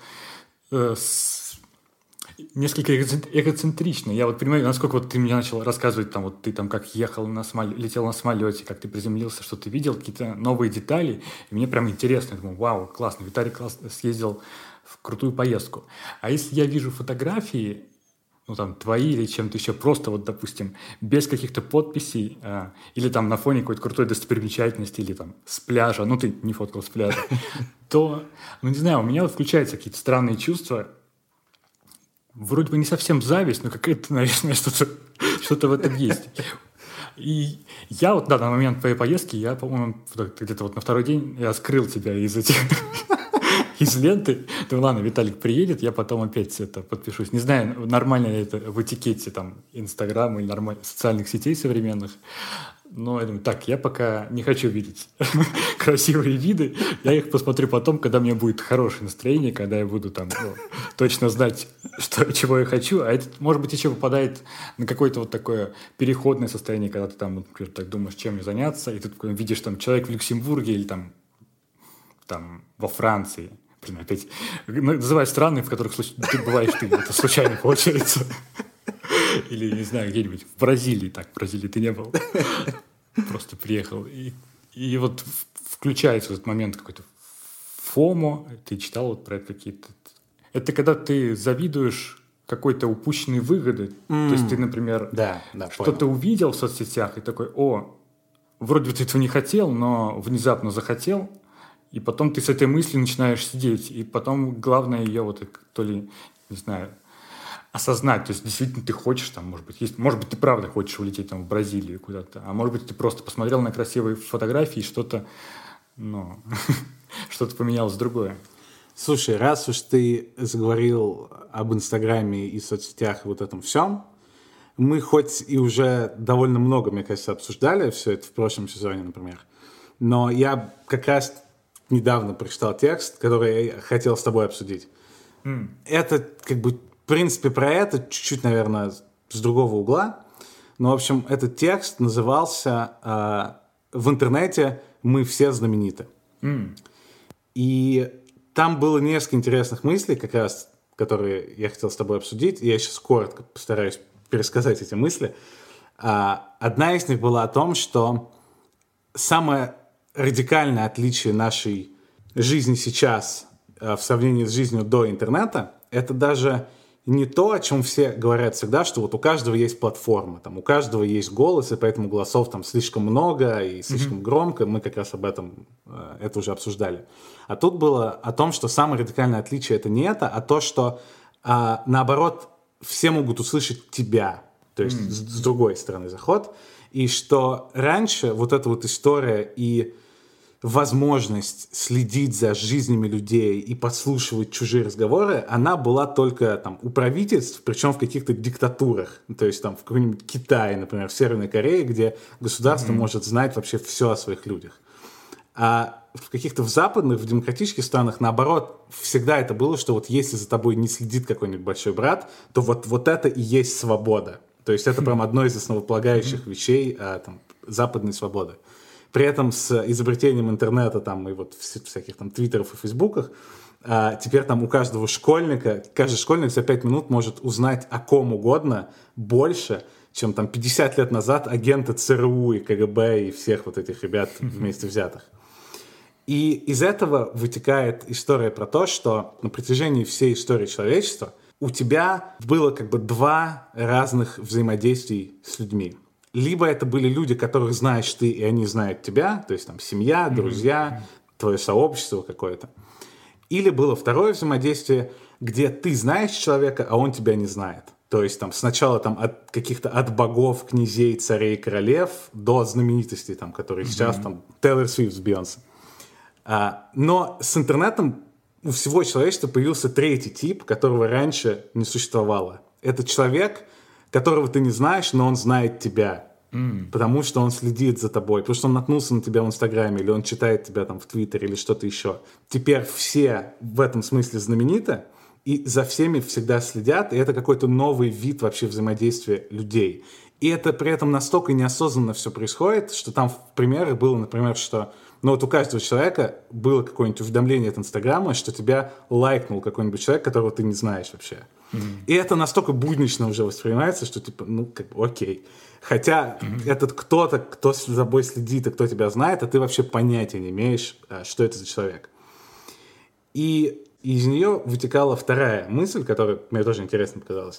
несколько эгоцентрична. Я вот понимаю, насколько вот ты мне начал рассказывать, там, вот ты там как летел на самолете, как ты приземлился, что ты видел какие-то новые детали, и мне прям интересно. Я думаю, вау, классно, Виталий классно съездил в крутую поездку. А если я вижу фотографии, твои или чем-то еще, просто вот, допустим, без каких-то подписей, или там на фоне какой-то крутой достопримечательности, или там с пляжа, ты не фоткал с пляжа, то, не знаю, у меня вот включаются какие-то странные чувства, вроде бы не совсем зависть, но какая-то, наверное, что-то в этом есть. И я вот, на момент твоей поездки, я, по-моему, где-то вот на второй день я скрыл тебя из ленты, Думаю, ладно, Виталик приедет, я потом опять это подпишусь. Не знаю, нормально ли это в этикете там Инстаграма или социальных сетей современных. Но я думаю, так, я пока не хочу видеть красивые виды. Я их посмотрю потом, когда у меня будет хорошее настроение, когда я буду там точно знать, чего я хочу. А это, может быть, еще попадает на какое-то вот такое переходное состояние, когда ты там, например, так думаешь, чем мне заняться, и ты видишь там человек в Люксембурге или там во Франции. Блин, опять называй страны, в которых ты бываешь ты. Это случайно получается. Или, не знаю, где-нибудь в Бразилии. Так, в Бразилии ты не был. Просто приехал. И вот включается в этот момент какой-то фомо. Ты читал вот про это какие-то... Это когда ты завидуешь какой-то упущенной выгоды. То есть ты, например, что-то увидел в соцсетях и такой, вроде бы ты этого не хотел, но внезапно захотел. И потом ты с этой мыслью начинаешь сидеть. И потом главное ее вот то ли, не знаю... осознать, то есть действительно ты хочешь там, может быть, ты правда хочешь улететь там в Бразилию куда-то, а может быть, ты просто посмотрел на красивые фотографии и что-то, что-то поменялось другое. Слушай, раз уж ты заговорил об Инстаграме и соцсетях и вот этом всем, мы хоть и уже довольно много, мне кажется, обсуждали все это в прошлом сезоне, например, но я как раз недавно прочитал текст, который я хотел с тобой обсудить. Это как бы в принципе, про это чуть-чуть, наверное, с другого угла. Но, в общем, этот текст назывался «В интернете мы все знамениты». И там было несколько интересных мыслей, как раз, которые я хотел с тобой обсудить. И я сейчас коротко постараюсь пересказать эти мысли. Одна из них была о том, что самое радикальное отличие нашей жизни сейчас в сравнении с жизнью до интернета — это даже... не то, о чем все говорят всегда, что вот у каждого есть платформа, там, у каждого есть голос, и поэтому голосов там слишком много и слишком громко. Мы как раз об этом это уже обсуждали. А тут было о том, что самое радикальное отличие — это не это, а то, что наоборот все могут услышать тебя. То есть с другой стороны заход. И что раньше вот эта вот история и возможность следить за жизнями людей и подслушивать чужие разговоры, она была только там у правительств, причем в каких-то диктатурах. То есть там в каком-нибудь Китае, например, в Северной Корее, где государство может знать вообще все о своих людях. А в каких-то в западных, в демократических странах, наоборот, всегда это было, что вот если за тобой не следит какой-нибудь большой брат, то вот это и есть свобода. То есть это прям одно из основополагающих вещей там, западной свободы. При этом с изобретением интернета там, и вот всяких там твиттеров и фейсбуках теперь там у каждого школьника, каждый школьник за 5 минут может узнать о ком угодно больше, чем там 50 лет назад агенты ЦРУ и КГБ и всех вот этих ребят вместе взятых. И из этого вытекает история про то, что на протяжении всей истории человечества у тебя было как бы два разных взаимодействия с людьми. Либо это были люди, которых знаешь ты, и они знают тебя, то есть там семья, друзья, твое сообщество какое-то. Или было второе взаимодействие, где ты знаешь человека, а он тебя не знает. То есть там сначала там от богов, князей, царей, королев до знаменитостей, там, которые сейчас там Тейлор Свифт с Бейонсе. Но с интернетом у всего человечества появился третий тип, которого раньше не существовало. Это человек, которого ты не знаешь, но он знает тебя. Потому что он следит за тобой, потому что он наткнулся на тебя в Инстаграме, или он читает тебя там в Твиттере, или что-то еще. Теперь все в этом смысле знамениты, и за всеми всегда следят, и это какой-то новый вид вообще взаимодействия людей. И это при этом настолько неосознанно все происходит, что там в примерах было, например, что вот у каждого человека было какое-нибудь уведомление от Инстаграма, что тебя лайкнул какой-нибудь человек, которого ты не знаешь вообще. И это настолько буднично уже воспринимается, что типа, окей. Хотя этот кто-то, кто за тобой следит и кто тебя знает, а ты вообще понятия не имеешь, что это за человек. И из нее вытекала вторая мысль, которая мне тоже интересно показалась.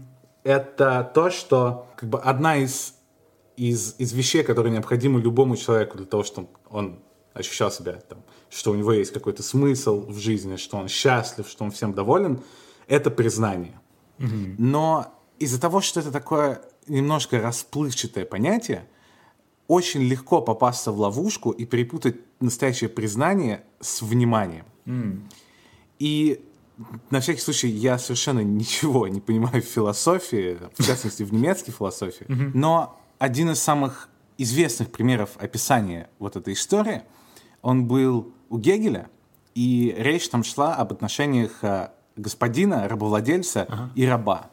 Это то, что как бы одна из вещей, которые необходимы любому человеку для того, чтобы он ощущал себя, там, что у него есть какой-то смысл в жизни, что он счастлив, что он всем доволен, это признание. Но из-за того, что это такое немножко расплывчатое понятие, очень легко попасться в ловушку и перепутать настоящее признание с вниманием. И на всякий случай я совершенно ничего не понимаю в философии, в частности в немецкой философии, но один из самых известных примеров описания вот этой истории, он был у Гегеля, и речь там шла об отношениях господина, рабовладельца и раба.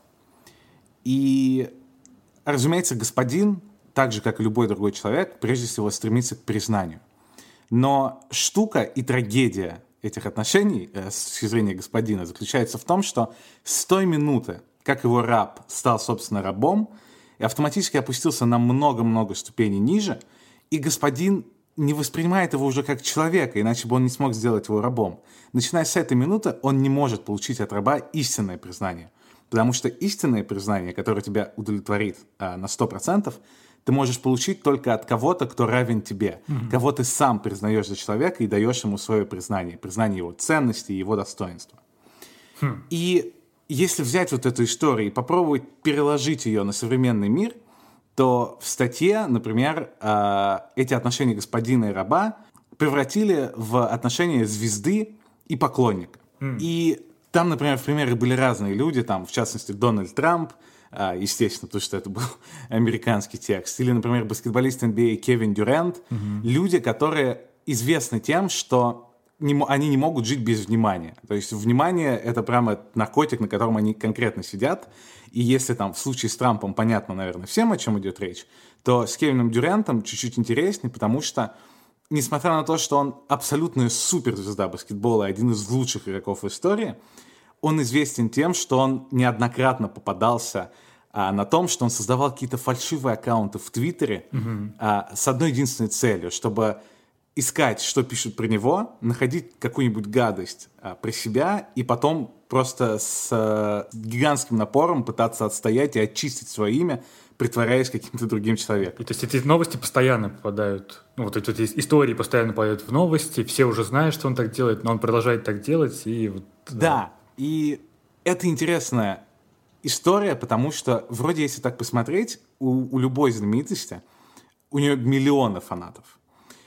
И, разумеется, господин, так же, как и любой другой человек, прежде всего стремится к признанию. Но штука и трагедия этих отношений с точки зрения господина заключается в том, что с той минуты, как его раб стал, собственно, рабом, и автоматически опустился на много-много ступеней ниже, и господин не воспринимает его уже как человека, иначе бы он не смог сделать его рабом. Начиная с этой минуты, он не может получить от раба истинное признание. Потому что истинное признание, которое тебя удовлетворит на 100%, ты можешь получить только от кого-то, кто равен тебе. Кого ты сам признаешь за человека и даешь ему свое признание его ценности и его достоинства. И если взять вот эту историю и попробовать переложить ее на современный мир, то в статье, например, эти отношения господина и раба превратили в отношения звезды и поклонника. И там, например, в примеры были разные люди, там, в частности, Дональд Трамп, естественно, потому что это был американский текст, или, например, баскетболист NBA Кевин Дюрант, люди, которые известны тем, что они не могут жить без внимания. То есть внимание — это прямо наркотик, на котором они конкретно сидят. И если там в случае с Трампом понятно, наверное, всем, о чем идет речь, то с Кевином Дюрантом чуть-чуть интереснее, потому что, несмотря на то, что он абсолютная суперзвезда баскетбола, один из лучших игроков в истории, он известен тем, что он неоднократно попадался на том, что он создавал какие-то фальшивые аккаунты в Твиттере с одной единственной целью, чтобы искать, что пишут про него, находить какую-нибудь гадость про себя и потом просто с гигантским напором пытаться отстоять и очистить свое имя, притворяясь каким-то другим человеком. И, то есть эти новости постоянно попадают, вот эти истории постоянно попадают в новости, все уже знают, что он так делает, но он продолжает так делать. И вот, да, и это интересная история, потому что вроде, если так посмотреть, у любой знаменитости, у нее миллионы фанатов.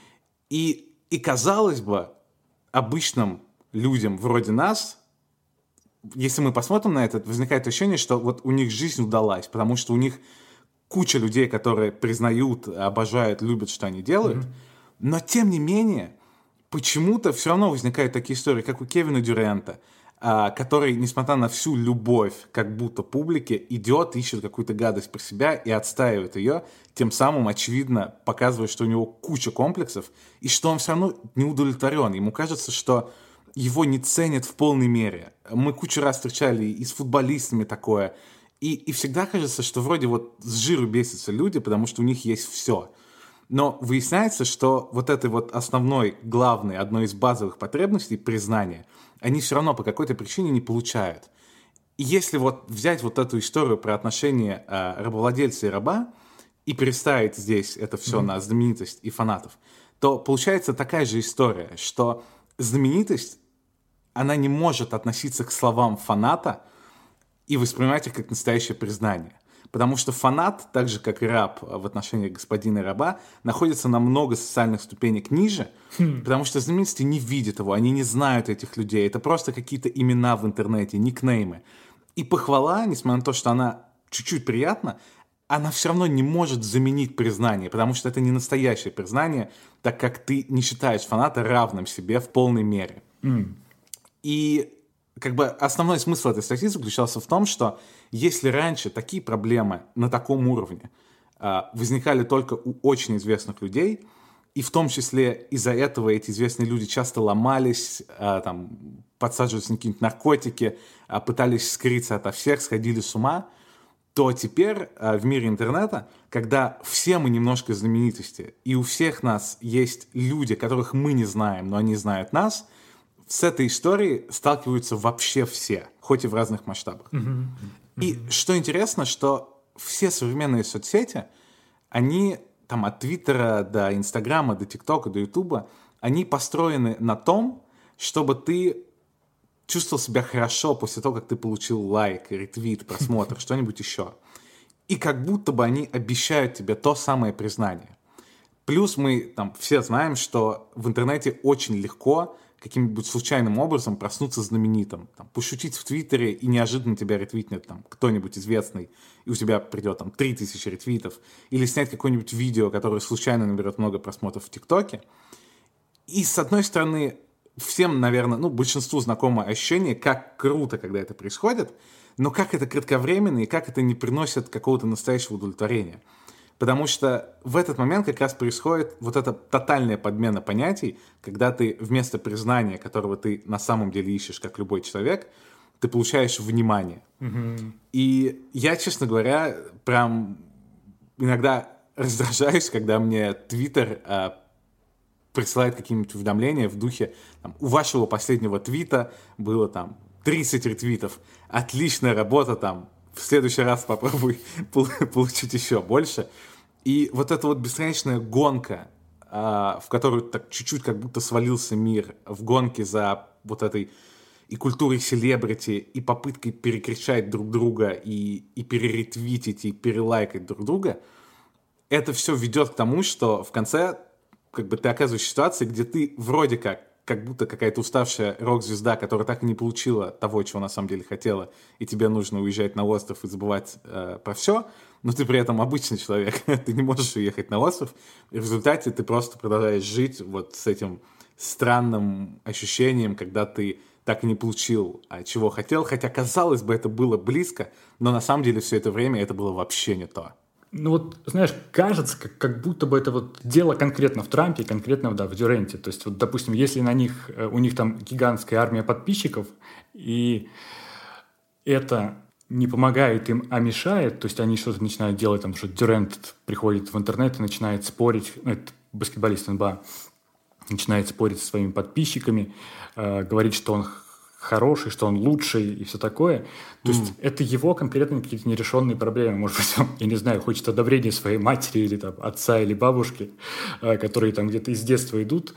И казалось бы, обычным людям вроде нас, если мы посмотрим на это, возникает ощущение, что вот у них жизнь удалась, потому что у них куча людей, которые признают, обожают, любят, что они делают, но тем не менее, почему-то все равно возникают такие истории, как у Кевина Дюранта, который, несмотря на всю любовь, как будто публике, идет, ищет какую-то гадость про себя и отстаивает ее, тем самым, очевидно, показывая, что у него куча комплексов, и что он все равно не удовлетворен. Ему кажется, что его не ценят в полной мере. Мы кучу раз встречали и с футболистами такое, и всегда кажется, что вроде вот с жиру бесятся люди, потому что у них есть все. Но выясняется, что вот этой вот основной, главной, одной из базовых потребностей, признания, они все равно по какой-то причине не получают. И если вот взять вот эту историю про отношения рабовладельца и раба и переставить здесь это все на знаменитость и фанатов, то получается такая же история, что знаменитость, она не может относиться к словам фаната и воспринимать их как настоящее признание. Потому что фанат, так же как и раб в отношении господина и раба, находится на много социальных ступенек ниже, потому что знаменитости не видят его, они не знают этих людей. Это просто какие-то имена в интернете, никнеймы. И похвала, несмотря на то, что она чуть-чуть приятна, она все равно не может заменить признание, потому что это не настоящее признание, так как ты не считаешь фаната равным себе в полной мере. И как бы основной смысл этой статьи заключался в том, что если раньше такие проблемы на таком уровне возникали только у очень известных людей, и в том числе из-за этого эти известные люди часто ломались, там, подсаживались на какие-нибудь наркотики, пытались скрыться ото всех, сходили с ума, то теперь в мире интернета, когда все мы немножко знаменитости, и у всех нас есть люди, которых мы не знаем, но они знают нас, с этой историей сталкиваются вообще все, хоть и в разных масштабах. И что интересно, что все современные соцсети, они там от Твиттера до Инстаграма, до ТикТока, до Ютуба, они построены на том, чтобы ты чувствовал себя хорошо после того, как ты получил лайк, ретвит, просмотр, что-нибудь еще. И как будто бы они обещают тебе то самое признание. Плюс мы там все знаем, что в интернете очень легко каким-нибудь случайным образом проснуться знаменитым, там, пошутить в Твиттере, и неожиданно тебя ретвитнет там кто-нибудь известный, и у тебя придет там 3000 ретвитов, или снять какое-нибудь видео, которое случайно наберет много просмотров в ТикТоке. И, с одной стороны, всем, наверное, большинству знакомо ощущение, как круто, когда это происходит, но как это кратковременно и как это не приносит какого-то настоящего удовлетворения. Потому что в этот момент как раз происходит вот эта тотальная подмена понятий, когда ты вместо признания, которого ты на самом деле ищешь, как любой человек, ты получаешь внимание. Mm-hmm. И я, честно говоря, прям иногда раздражаюсь, когда мне Твиттер присылает какие-нибудь уведомления в духе: там, у вашего последнего твита было там 30 ретвитов, отличная работа, там, в следующий раз попробуй получить еще больше. И вот эта вот бесконечная гонка, в которую так чуть-чуть как будто свалился мир, в гонке за вот этой и культурой селебрити, и попыткой перекричать друг друга, и переретвитить, и перелайкать друг друга, это все ведет к тому, что в конце как бы ты оказываешься в ситуации, где ты вроде как будто какая-то уставшая рок-звезда, которая так и не получила того, чего на самом деле хотела, и тебе нужно уезжать на остров и забывать про все, но ты при этом обычный человек, ты не можешь уехать на остров, и в результате ты просто продолжаешь жить вот с этим странным ощущением, когда ты так и не получил, чего хотел, хотя, казалось бы, это было близко, но на самом деле все это время это было вообще не то. Ну вот, знаешь, кажется, как будто бы это вот дело конкретно в Трампе, конкретно, да, в Дюранте. То есть, вот, допустим, если у них там гигантская армия подписчиков, и это не помогает им, а мешает, то есть они что-то начинают делать, там, что Дюрант приходит в интернет и начинает спорить, это баскетболист НБА, начинает спорить со своими подписчиками, говорит, что он хороший, что он лучший и все такое. То есть это его конкретно какие-то нерешенные проблемы. Может быть, он, я не знаю, хочет одобрения своей матери или там, отца или бабушки, которые там где-то из детства идут.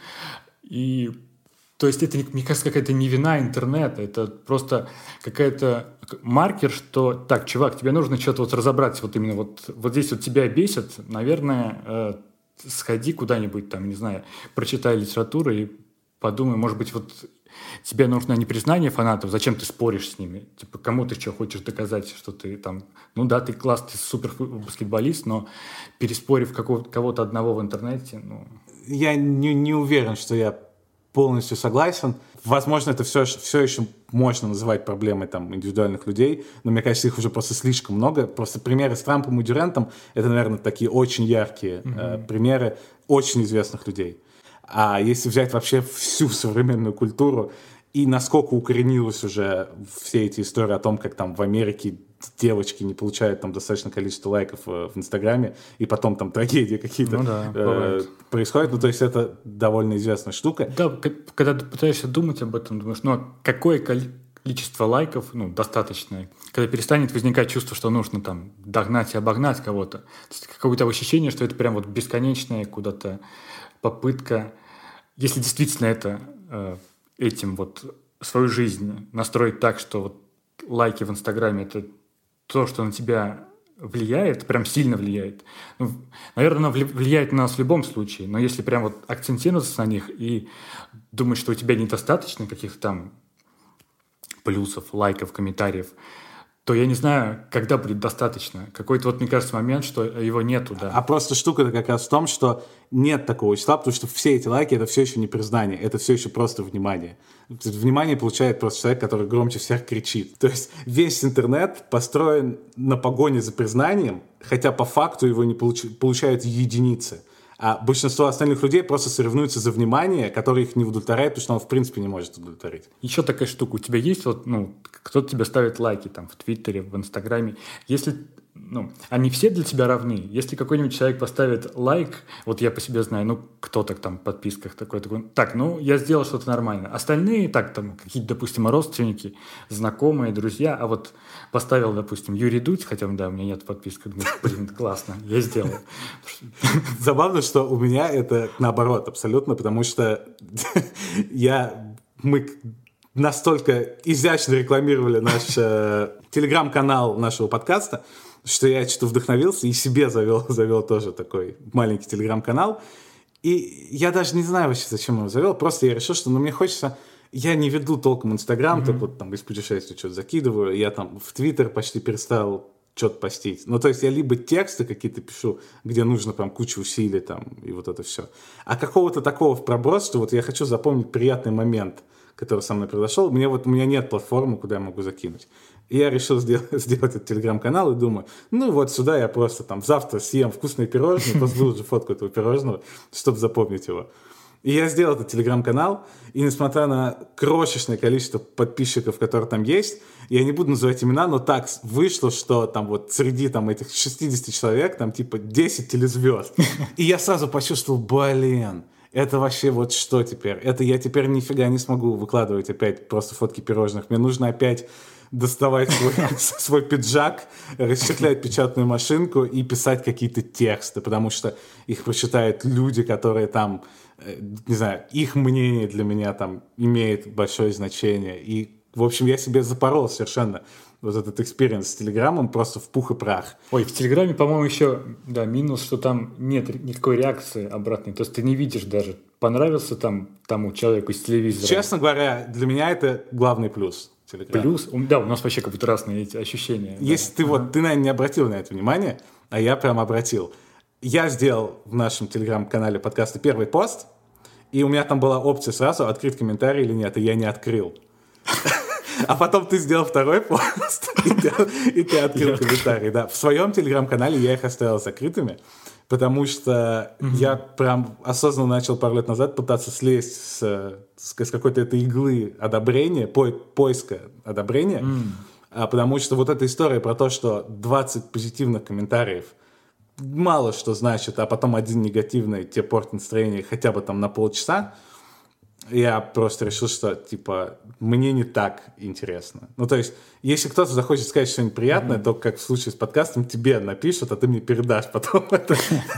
И то есть это, мне кажется, какая-то не вина интернета, это просто какая-то маркер, что так, чувак, тебе нужно что-то вот разобраться, вот именно вот здесь вот тебя бесит, наверное, сходи куда-нибудь там, не знаю, прочитай литературу и подумай, может быть, вот тебе нужно не признание фанатов, зачем ты споришь с ними? Типа, кому ты что хочешь доказать, что ты там... Ну да, ты классный, ты супер баскетболист, но переспорив кого-то одного в интернете, ну... Я не уверен, что я полностью согласен. Возможно, это все еще можно называть проблемой там, индивидуальных людей, но мне кажется, их уже просто слишком много. Просто примеры с Трампом и Дюрантом — это, наверное, такие очень яркие примеры очень известных людей. А если взять вообще всю современную культуру и насколько укоренилось уже все эти истории о том, как там в Америке девочки не получают там достаточное количество лайков в Инстаграме, и потом там трагедии какие-то происходят. Ну, то есть это довольно известная штука. Да, когда ты пытаешься думать об этом, думаешь, ну, какое количество лайков, ну, достаточное, когда перестанет возникать чувство, что нужно там догнать и обогнать кого-то. То есть какое-то ощущение, что это прям вот бесконечная куда-то попытка, если действительно это этим вот свою жизнь настроить так, что вот лайки в Инстаграме — это то, что на тебя влияет, прям сильно влияет. Ну, наверное, оно влияет на нас в любом случае, но если прям вот акцентироваться на них и думать, что у тебя недостаточно каких-то там плюсов, лайков, комментариев, то я не знаю, когда будет достаточно. Какой-то вот, мне кажется, момент, что его нету, да. А просто штука-то как раз в том, что нет такого числа, потому что все эти лайки — это все еще не признание, это все еще просто внимание. Внимание получает просто человек, который громче всех кричит. То есть весь интернет построен на погоне за признанием, хотя по факту его не получают единицы. А большинство остальных людей просто соревнуются за внимание, которое их не удовлетворяет, потому что он в принципе не может удовлетворить. Еще такая штука. У тебя есть вот, ну, кто-то тебе ставит лайки там в Твиттере, в Инстаграме. Если, ну, они все для тебя равны. Если какой-нибудь человек поставит лайк, вот я по себе знаю, ну, кто-то там в подписках такой, так, ну, я сделал что-то нормально. Остальные, так, там, какие-то, допустим, родственники, знакомые, друзья, а вот поставил, допустим, Юрий Дудь, хотя, да, у меня нет подписки, думаю, блин, классно, я сделал. Забавно, что у меня это наоборот абсолютно, потому что мы настолько изящно рекламировали наш телеграм-канал нашего подкаста, что я что-то вдохновился и себе завел тоже такой маленький телеграм-канал. И я даже не знаю вообще, зачем его завел. Просто я решил, что мне хочется... Я не веду толком Инстаграм, только вот там из путешествия что-то закидываю. Я там в Твиттер почти перестал что-то постить. Ну, то есть я либо тексты какие-то пишу, где нужно прям куча усилий там, и вот это все. А какого-то такого в проброс, что вот я хочу запомнить приятный момент, который со мной произошел. У меня нет платформы, куда я могу закинуть. И я решил сделать этот телеграм-канал и думаю, ну вот сюда я просто там завтра съем вкусные пирожные, просто выложу фотку этого пирожного, чтобы запомнить его. И я сделал этот телеграм-канал, и несмотря на крошечное количество подписчиков, которые там есть, я не буду называть имена, но так вышло, что там вот среди там этих 60 человек там типа 10 телезвезд. И я сразу почувствовал, блин, это вообще вот что теперь? Это я теперь нифига не смогу выкладывать опять просто фотки пирожных. Мне нужно опять доставать свой пиджак, расчехлять печатную машинку и писать какие-то тексты, потому что их прочитают люди, которые там, не знаю, их мнение для меня там имеет большое значение. И, в общем, я себе запорол совершенно вот этот экспириенс с Телеграмом просто в пух и прах. Ой, в Телеграме, по-моему, еще, да, минус, что там нет никакой реакции обратной. То есть ты не видишь даже, понравился там тому человеку из телевизора. Честно говоря, для меня это главный плюс. Телеграм. Плюс, да, у нас вообще как будто разные эти ощущения. Если ты вот, ты, наверное, не обратил на это внимание, а я прям обратил. Я сделал в нашем телеграм-канале подкаста первый пост, и у меня там была опция сразу открыть комментарий или нет, и я не открыл. А потом ты сделал второй пост, и ты открыл комментарий. Да. В своем телеграм-канале я их оставил закрытыми, потому что я прям осознанно начал пару лет назад пытаться слезть с какой-то этой иглы одобрения, поиска одобрения, потому что вот эта история про то, что 20 позитивных комментариев мало что значит, а потом один негативный тебе портит настроение хотя бы там на полчаса, я просто решил, что, типа, мне не так интересно. Ну, то есть, если кто-то захочет сказать что-нибудь приятное, то, как в случае с подкастом, тебе напишут, а ты мне передашь потом это.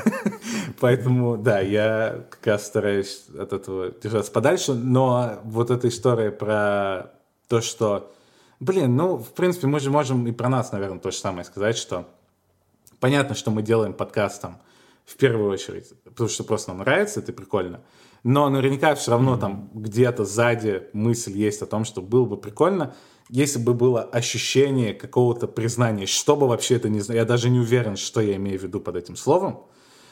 Поэтому, да, я как раз стараюсь от этого держаться подальше, но вот эта история про то, что, блин, ну, в принципе, мы же можем и про нас, наверное, то же самое сказать, что понятно, что мы делаем подкаст там в первую очередь, потому что просто нам нравится, это прикольно. Но наверняка все равно там где-то сзади мысль есть о том, что было бы прикольно, если бы было ощущение какого-то признания, что бы вообще это не знаю. Я даже не уверен, что я имею в виду под этим словом.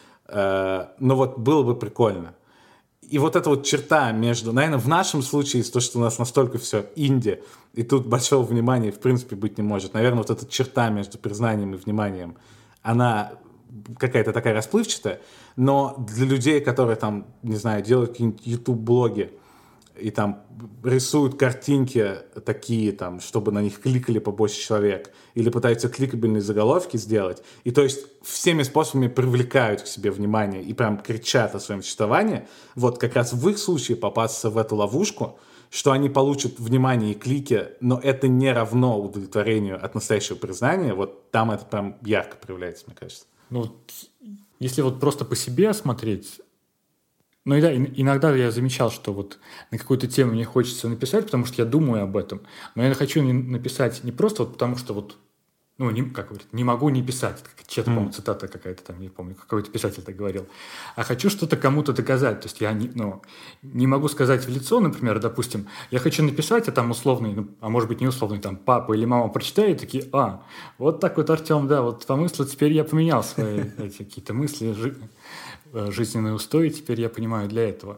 Но вот было бы прикольно. И вот эта вот черта между... Наверное, в нашем случае, то, что у нас настолько все инди, и тут большого внимания в принципе быть не может. Наверное, вот эта черта между признанием и вниманием, она какая-то такая расплывчатая, но для людей, которые там, не знаю, делают какие-нибудь YouTube-блоги и там рисуют картинки такие там, чтобы на них кликали побольше человек, или пытаются кликабельные заголовки сделать, и то есть всеми способами привлекают к себе внимание и прям кричат о своем существовании, вот как раз в их случае попасться в эту ловушку, что они получат внимание и клики, но это не равно удовлетворению от настоящего признания, вот там это прям ярко проявляется, мне кажется. Ну, если вот просто по себе смотреть, ну и да, иногда я замечал, что вот на какую-то тему мне хочется написать, потому что я думаю об этом, но я хочу написать не просто вот потому, что вот, ну, как говорит, не могу не писать, чья-то, по-моему, цитата какая-то там, не помню, какой-то писатель так говорил, а хочу что-то кому-то доказать, то есть я не могу сказать в лицо, например, допустим, я хочу написать, а там условный, ну, а может быть не условный, там папа или мама прочитают, такие, вот так вот, Артем, да, вот по мысли теперь я поменял свои эти какие-то мысли, жизненные устои, теперь я понимаю для этого.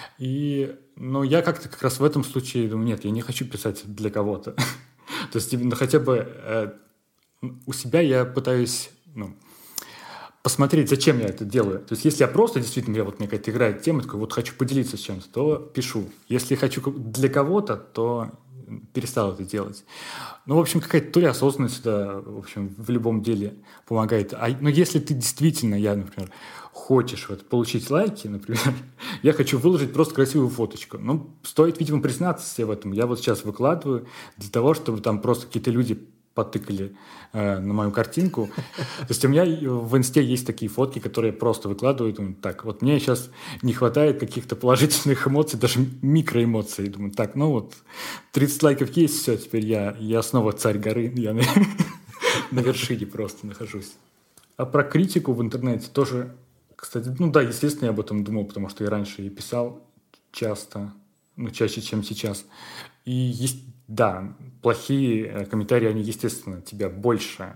Но я как раз в этом случае думаю, нет, я не хочу писать для кого-то. То есть хотя бы у себя я пытаюсь посмотреть, зачем я это делаю. То есть если я просто действительно, вот мне какая-то играет тема, такой, вот хочу поделиться с чем-то, то пишу. Если хочу для кого-то, то перестал это делать. Ну, в общем, какая-то то ли осознанность, да, в общем, в любом деле помогает. Но если ты действительно, например, хочешь получить лайки, например, я хочу выложить просто красивую фоточку. Ну, стоит, видимо, признаться себе в этом. Я вот сейчас выкладываю для того, чтобы там просто какие-то люди потыкали на мою картинку. То есть у меня в инсте есть такие фотки, которые просто выкладывают. Думаю, так, вот мне сейчас не хватает каких-то положительных эмоций, даже микроэмоций. Думаю, так, ну вот 30 лайков есть, все, теперь я снова царь горы, я на вершине просто нахожусь. А про критику в интернете тоже Кстати, ну да, естественно, я об этом думал, потому что я раньше и писал часто, ну, чаще, чем сейчас. И есть, да, плохие комментарии, они, естественно, тебя больше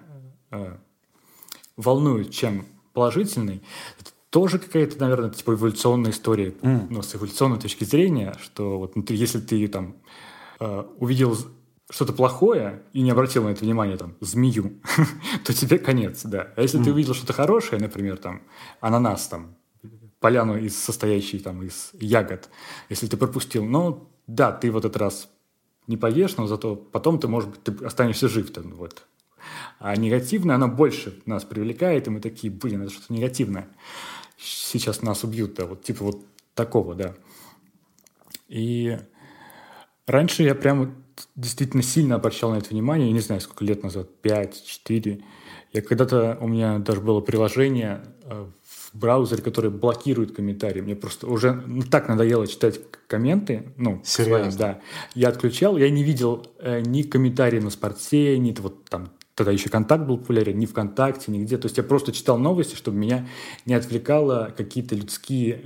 волнуют, чем положительный. Это тоже какая-то, наверное, типа эволюционная история, ну, с эволюционной точки зрения, что вот если ты там увидел что-то плохое и не обратил на это внимания, там, змею, то тебе конец, да. А если ты увидел что-то хорошее, например, там, ананас, там, поляну, состоящую там, из ягод, если ты пропустил, ну, да, ты в этот раз не поешь, но зато потом ты, может быть, ты останешься жив. Там, вот. А негативное, оно больше нас привлекает, и мы такие, блин, это что-то негативное. Сейчас нас убьют, да, вот типа вот такого, да. И раньше я прямо действительно сильно обращал на это внимание, я не знаю, сколько лет назад, 5-4. У меня даже было приложение в браузере, которое блокирует комментарии. Мне просто уже так надоело читать комменты. Ну, серьезно? своим, да. Я отключал, я не видел ни комментарии на Спорте, ни вот там, тогда еще Контакт был популярен, ни ВКонтакте, нигде. То есть я просто читал новости, чтобы меня не отвлекало какие-то людские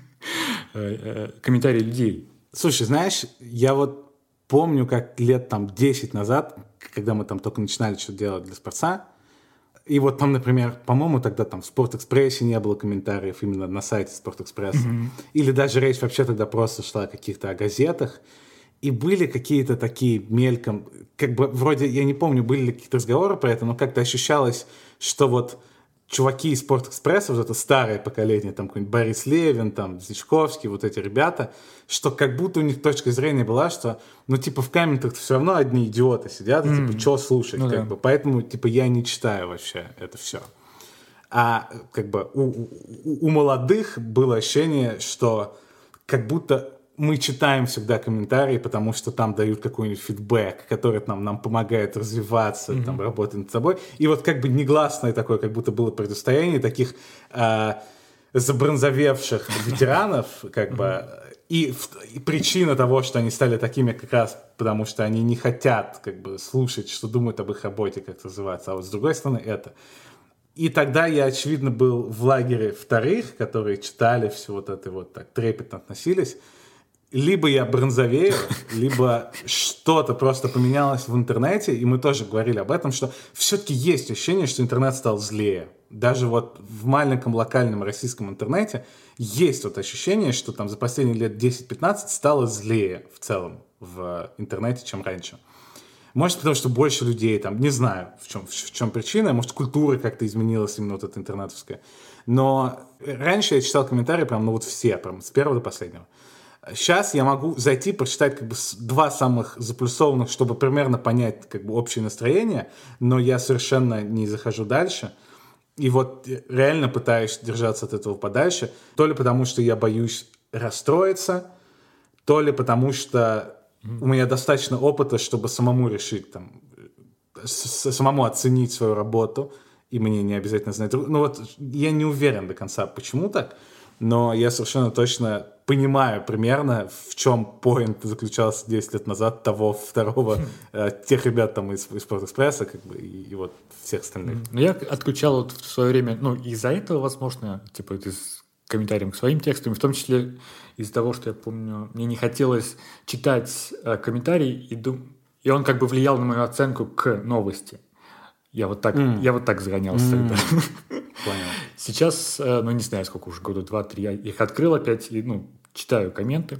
комментарии людей. Слушай, знаешь, я вот помню, как лет там 10 назад, когда мы там только начинали что-то делать для Спорца, и вот там, например, по-моему, тогда там в Спортэкспрессе не было комментариев именно на сайте Спортэкспресса. Или даже речь вообще тогда просто шла о каких-то о газетах. И были какие-то такие мельком, как бы вроде, я не помню, были ли какие-то разговоры про это, но как-то ощущалось, что вот чуваки из Спортэкспресса, вот это старое поколение, там какой-нибудь Борис Левин, там Зичковский, вот эти ребята, что как будто у них точка зрения была, что, ну, типа, в комментах все равно одни идиоты сидят, и, типа, что слушать, ну, как бы, поэтому, типа, я не читаю вообще это все. А, как бы, у молодых было ощущение, что как будто мы читаем всегда комментарии, потому что там дают какой-нибудь фидбэк, который нам помогает развиваться, там, работать над собой. И вот как бы негласное такое, как будто было противостояние таких забронзовевших ветеранов, как бы, и причина того, что они стали такими, как раз потому, что они не хотят, как бы, слушать, что думают об их работе, как развиваться. А вот с другой стороны, это. И тогда я, очевидно, был в лагере вторых, которые читали все вот это вот так трепетно относились. Либо я бронзовею, либо что-то просто поменялось в интернете, и мы тоже говорили об этом, что все-таки есть ощущение, что интернет стал злее. Даже вот в маленьком локальном российском интернете есть вот ощущение, что там за последние лет 10-15 стало злее в целом в интернете, чем раньше. Может, потому что больше людей там, не знаю, в чем причина, может, культура как-то изменилась именно вот эта интернетовская. Но раньше я читал комментарии прям, ну вот все, прям с первого до последнего. Сейчас я могу зайти, прочитать как бы два самых заплюсованных, чтобы примерно понять как бы общее настроение, но я совершенно не захожу дальше. И вот реально пытаюсь держаться от этого подальше, то ли потому, что я боюсь расстроиться, то ли потому, что у меня достаточно опыта, чтобы самому решить, там, самому оценить свою работу, и мне не обязательно знать. Ну вот я не уверен до конца, почему так, но я совершенно точно понимаю примерно, в чем поинт заключался 10 лет назад того второго, тех ребят там из Спортэкспресса, как бы, и вот всех остальных. Ну, я отключал вот в свое время, ну, из-за этого, возможно, типа, из комментариям к своим текстам, в том числе из-за того, что я помню, мне не хотелось читать комментарий, и он как бы влиял на мою оценку к новости. Я вот так загонялся тогда. Понял. Сейчас, ну, не знаю, сколько уже, года 2-3, я их открыл опять и, ну, читаю комменты.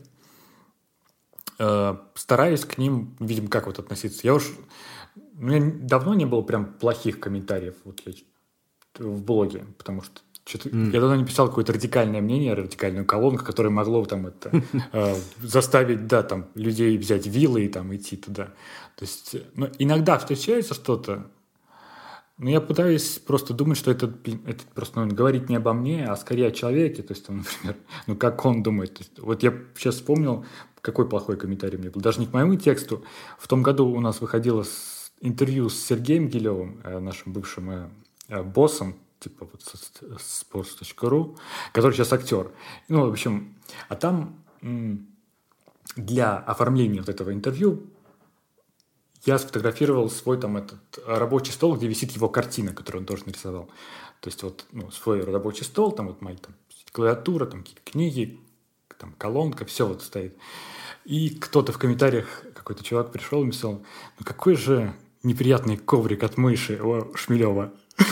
Стараюсь к ним, видимо, как вот относиться. У меня давно не было прям плохих комментариев вот, в блоге, потому что я давно не писал какое-то радикальное мнение, радикальную колонку, которая могло там заставить, да, там, людей взять вилы и там идти туда. То есть, ну, иногда встречается что-то, но я пытаюсь просто думать, что это просто говорит не обо мне, а скорее о человеке. То есть, там, например, ну как он думает. То есть, вот я сейчас вспомнил, какой плохой комментарий у меня был. Даже не к моему тексту. В том году у нас выходило интервью с Сергеем Гилевым, нашим бывшим боссом, типа вот sports.ru, который сейчас актер. Ну, в общем, а там для оформления вот этого интервью я сфотографировал свой там этот рабочий стол, где висит его картина, которую он тоже нарисовал. То есть вот свой рабочий стол, там вот мои там клавиатура, там какие-то книги, там колонка, все вот стоит. И кто-то в комментариях, какой-то чувак пришел и написал: ну какой же неприятный коврик от мыши у Шмелева.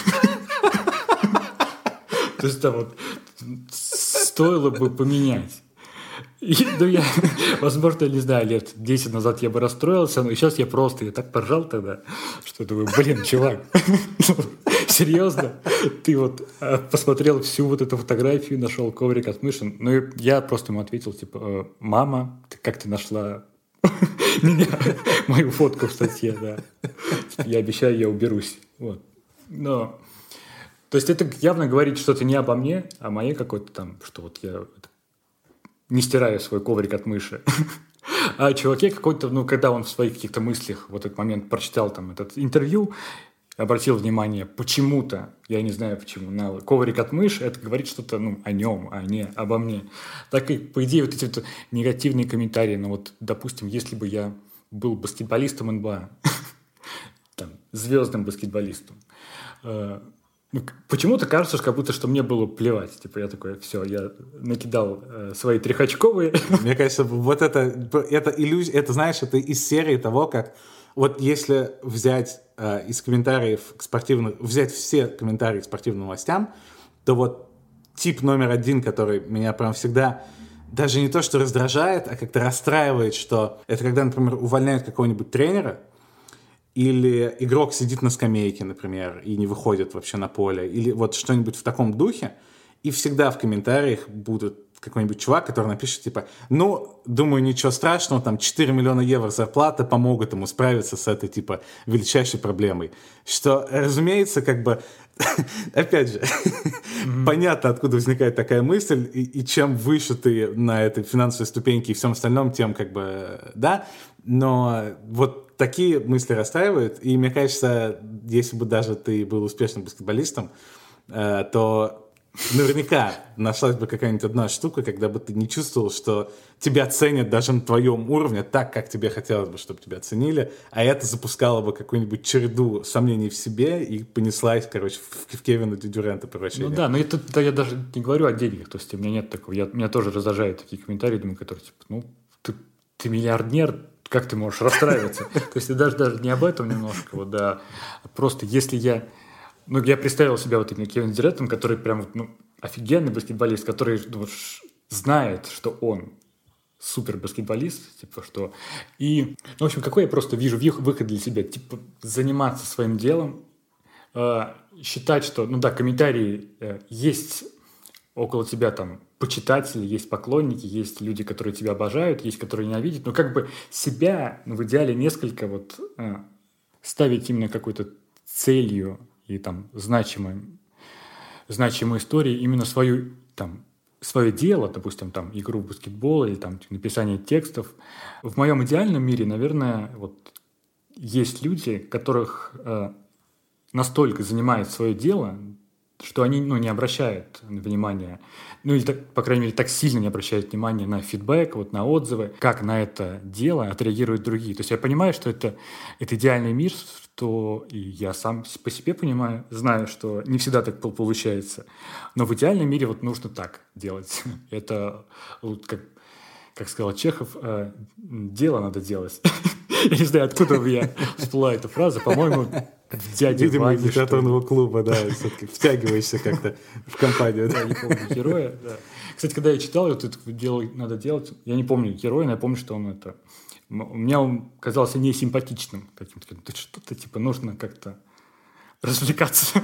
То есть там вот стоило бы поменять. Возможно, не знаю, лет 10 назад я бы расстроился, но сейчас я так поржал тогда, что думаю, чувак, серьезно? Ты вот посмотрел всю вот эту фотографию, нашел коврик от мыши. Ну, и я просто ему ответил, типа: мама, как ты нашла мою фотку в статье, да. Я обещаю, я уберусь. Вот. Но, то есть это явно говорит что-то не обо мне, а моей какой-то там, что вот я не стираю свой коврик от мыши. А чуваке какой-то, когда он в своих каких-то мыслях в этот момент прочитал там этот интервью, обратил внимание почему-то, я не знаю почему, на коврик от мыши, это говорит что-то о нем, а не обо мне. Так и, по идее, вот эти вот негативные комментарии, допустим, если бы я был баскетболистом НБА, там, звездным баскетболистом, почему-то кажется, как будто что мне было плевать. Типа я такой: все, я накидал свои трехочковые. Мне кажется, вот это иллюзия, это, знаешь, это из серии того, как вот если взять из комментариев к спортивным, взять все комментарии к спортивным новостям, то вот тип номер один, который меня прям всегда даже не то что раздражает, а как-то расстраивает, что это когда, например, увольняют какого-нибудь тренера, или игрок сидит на скамейке, например, и не выходит вообще на поле, или вот что-нибудь в таком духе, и всегда в комментариях будут какой-нибудь чувак, который напишет, типа: думаю, ничего страшного, там 4 миллиона евро зарплата помогут ему справиться с этой, типа, величайшей проблемой. Что, разумеется, как бы, опять же, понятно, откуда возникает такая мысль, и чем выше ты на этой финансовой ступеньке и всем остальном, тем как бы, да, но вот такие мысли расстраивают, и мне кажется, если бы даже ты был успешным баскетболистом, то наверняка нашлась бы какая-нибудь одна штука, когда бы ты не чувствовал, что тебя ценят даже на твоем уровне так, как тебе хотелось бы, чтобы тебя ценили, а это запускало бы какую-нибудь череду сомнений в себе и понеслась, в Кевина Дюрента превращение. Ну да, но это я даже не говорю о деньгах, то есть у меня нет такого, меня тоже раздражают такие комментарии, думаю, которые типа: ты миллиардер, как ты можешь расстраиваться? То есть даже не об этом немножко, вот, да, просто если я представил себя вот именно Кевином Дюрентом, который прям офигенный баскетболист, который знает, что он супер баскетболист, типа что. И, в общем, какой я просто вижу выход для себя, типа заниматься своим делом, считать, что, комментарии есть около тебя там почитатели, есть поклонники, есть люди, которые тебя обожают, есть, которые ненавидят, но как бы себя, в идеале несколько ставить именно какой-то целью и там значимой историей именно свое дело, допустим, там игру в баскетбол или там написание текстов. В моем идеальном мире, наверное, вот есть люди, которых настолько занимает свое дело, что они не обращают внимания, или, по крайней мере, так сильно не обращают внимания на фидбэк, вот на отзывы, как на это дело отреагируют другие. То есть я понимаю, что это идеальный мир, что и я сам по себе понимаю, знаю, что не всегда так получается. Но в идеальном мире вот нужно так делать. Это, как сказал Чехов, дело надо делать. Я не знаю, откуда у меня всплыла эта фраза. По-моему, в «Дяде Видимо, Ване». Видимо, из литературного клуба, да, все-таки втягиваешься как-то в компанию. Да, не помню героя. Да. Кстати, когда я читал, вот это дело надо делать, я не помню героя, но я помню, что он мне он казался несимпатичным каким-то. Что-то типа нужно как-то развлекаться.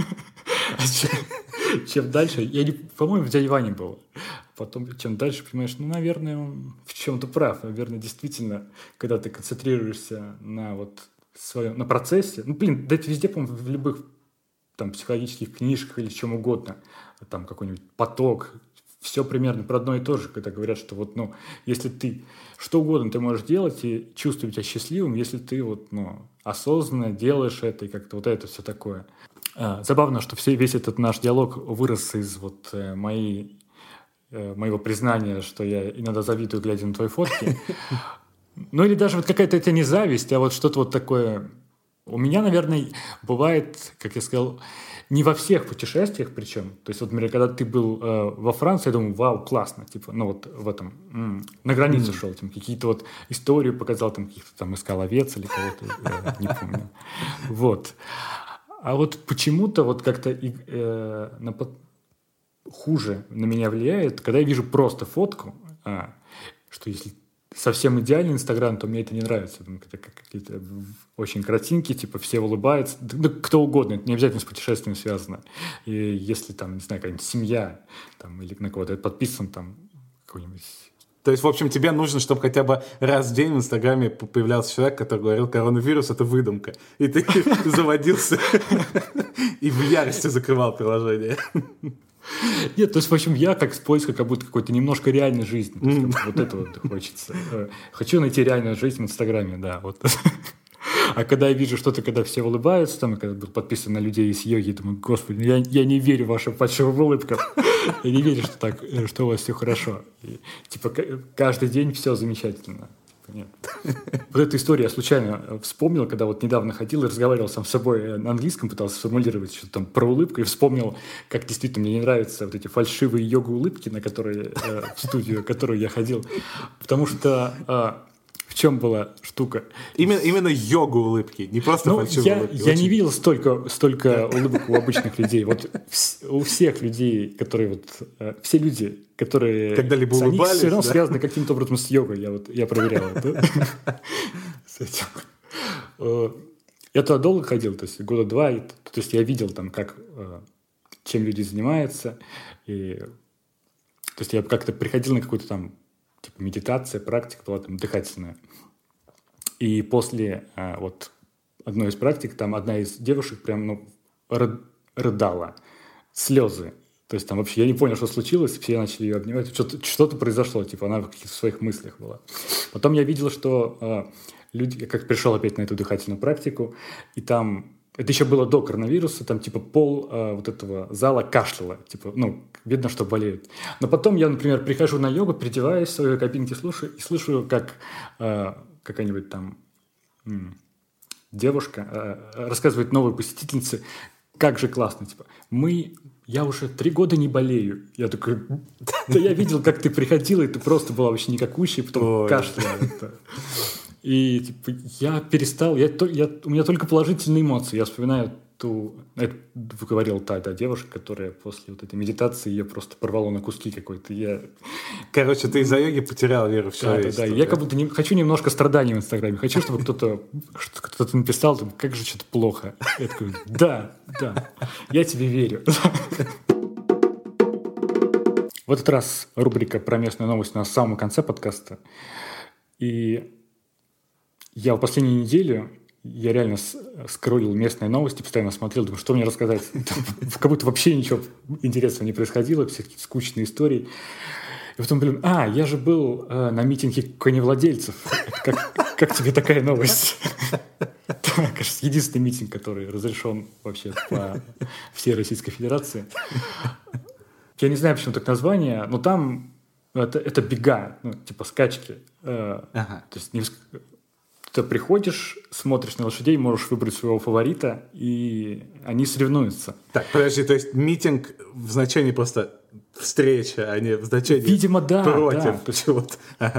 Чем дальше... По-моему, в «Дяде Ване» было. Потом, чем дальше, понимаешь, наверное, он в чем-то прав. Наверное, действительно, когда ты концентрируешься на на процессе... да это везде, по-моему, в любых там психологических книжках или чем угодно. Там какой-нибудь поток. Все примерно про одно и то же, когда говорят, что если ты... Что угодно ты можешь делать и чувствовать себя счастливым, если ты осознанно делаешь это и как-то вот это все такое. Забавно, что весь этот наш диалог вырос из моего признания, что я иногда завидую, глядя на твои фотки. Ну, или даже вот какая-то это не зависть, а вот что-то вот такое. У меня, наверное, бывает, как я сказал, не во всех путешествиях причем. То есть, вот, например, когда ты был во Франции, я думаю, вау, классно. Типа, ну, вот в этом, на границу шел, там, какие-то вот истории показал, там, каких-то там искал овец или кого-то, я не помню. Вот. А вот почему-то вот как-то хуже на меня влияет, когда я вижу просто фотку, что если совсем идеальный Инстаграм, то мне это не нравится. Думаю, это какие-то очень картинки, типа все улыбаются. Да, кто угодно, это не обязательно с путешествием связано. И если там, не знаю, какая-нибудь семья там, или на кого-то подписан там какой-нибудь... То есть, в общем, тебе нужно, чтобы хотя бы раз в день в Инстаграме появлялся человек, который говорил, коронавирус — это выдумка. И ты заводился и в ярости закрывал приложение. Нет, то есть, в общем, я как с поиска как будто какой-то немножко реальной жизни. Вот это вот хочется. Хочу найти реальную жизнь в Инстаграме, да. Вот. А когда я вижу что-то, когда все улыбаются, там, когда был подписан на людей из йоги, думаю, господи, я не верю вашим фальшивым улыбкам. Я не верю, что у вас все хорошо. И, типа, каждый день все замечательно. Нет. Вот эту историю я случайно вспомнил, когда вот недавно ходил и разговаривал сам с собой на английском, пытался сформулировать что-то там про улыбку, и вспомнил, как действительно мне не нравятся вот эти фальшивые йога-улыбки, на которые в студию, в которую я ходил. Потому что в чем была штука? Именно йога-улыбки, не просто фальшивые улыбки. Я не видел столько улыбок у обычных людей. Вот у всех людей, которые вот... Все люди, которые... Когда-либо улыбались, они все равно связаны каким-то образом с йогой. Я проверял это. С этим. Я туда долго ходил, то есть года 2. То есть я видел там, чем люди занимаются. То есть я как-то приходил на какую-то там типа медитация, практика была там дыхательная. И после вот одной из практик там одна из девушек прям рыдала. Слезы. То есть там вообще я не понял, что случилось. Все начали ее обнимать. Что-то произошло. Типа она в каких-то своих мыслях была. Потом я видел, что люди... Я как пришел опять на эту дыхательную практику. И там... Это еще было до коронавируса. Там типа пол вот этого зала кашляло. Типа, видно, что болеют. Но потом я, например, прихожу на йогу, переодеваюсь в своей кабинке, слушаю, как какая-нибудь там девушка рассказывает новой посетительнице, как же классно, типа, я уже 3 года не болею. Я такой, да я видел, как ты приходила, и ты просто была вообще никакущая, потом кашляла. И типа, я перестал, у меня только положительные эмоции. Я вспоминаю это говорила та девушка, которая после вот этой медитации ее просто порвало на куски какой-то. Короче, ты из-за йоги потерял веру в человечество. Да. Я как будто хочу немножко страданий в Инстаграме. Хочу, чтобы кто-то написал, как же что-то плохо. Я такой, да, я тебе верю. В этот раз рубрика про местную новость у нас в самом конце подкаста. И я в последнюю неделю... Я реально скроллил местные новости, постоянно смотрел, думаю, что мне рассказать. Как будто вообще ничего интересного не происходило, все какие-то скучные истории. И потом, я же был на митинге коневладельцев. Как тебе такая новость? Кажется, единственный митинг, который разрешен вообще по всей Российской Федерации. Я не знаю, почему так название, но там это бега, типа скачки. То есть ты приходишь, смотришь на лошадей, можешь выбрать своего фаворита, и они соревнуются. Так, подожди, то есть митинг в значении просто встреча, а не в значении видимо, да, против чего-то.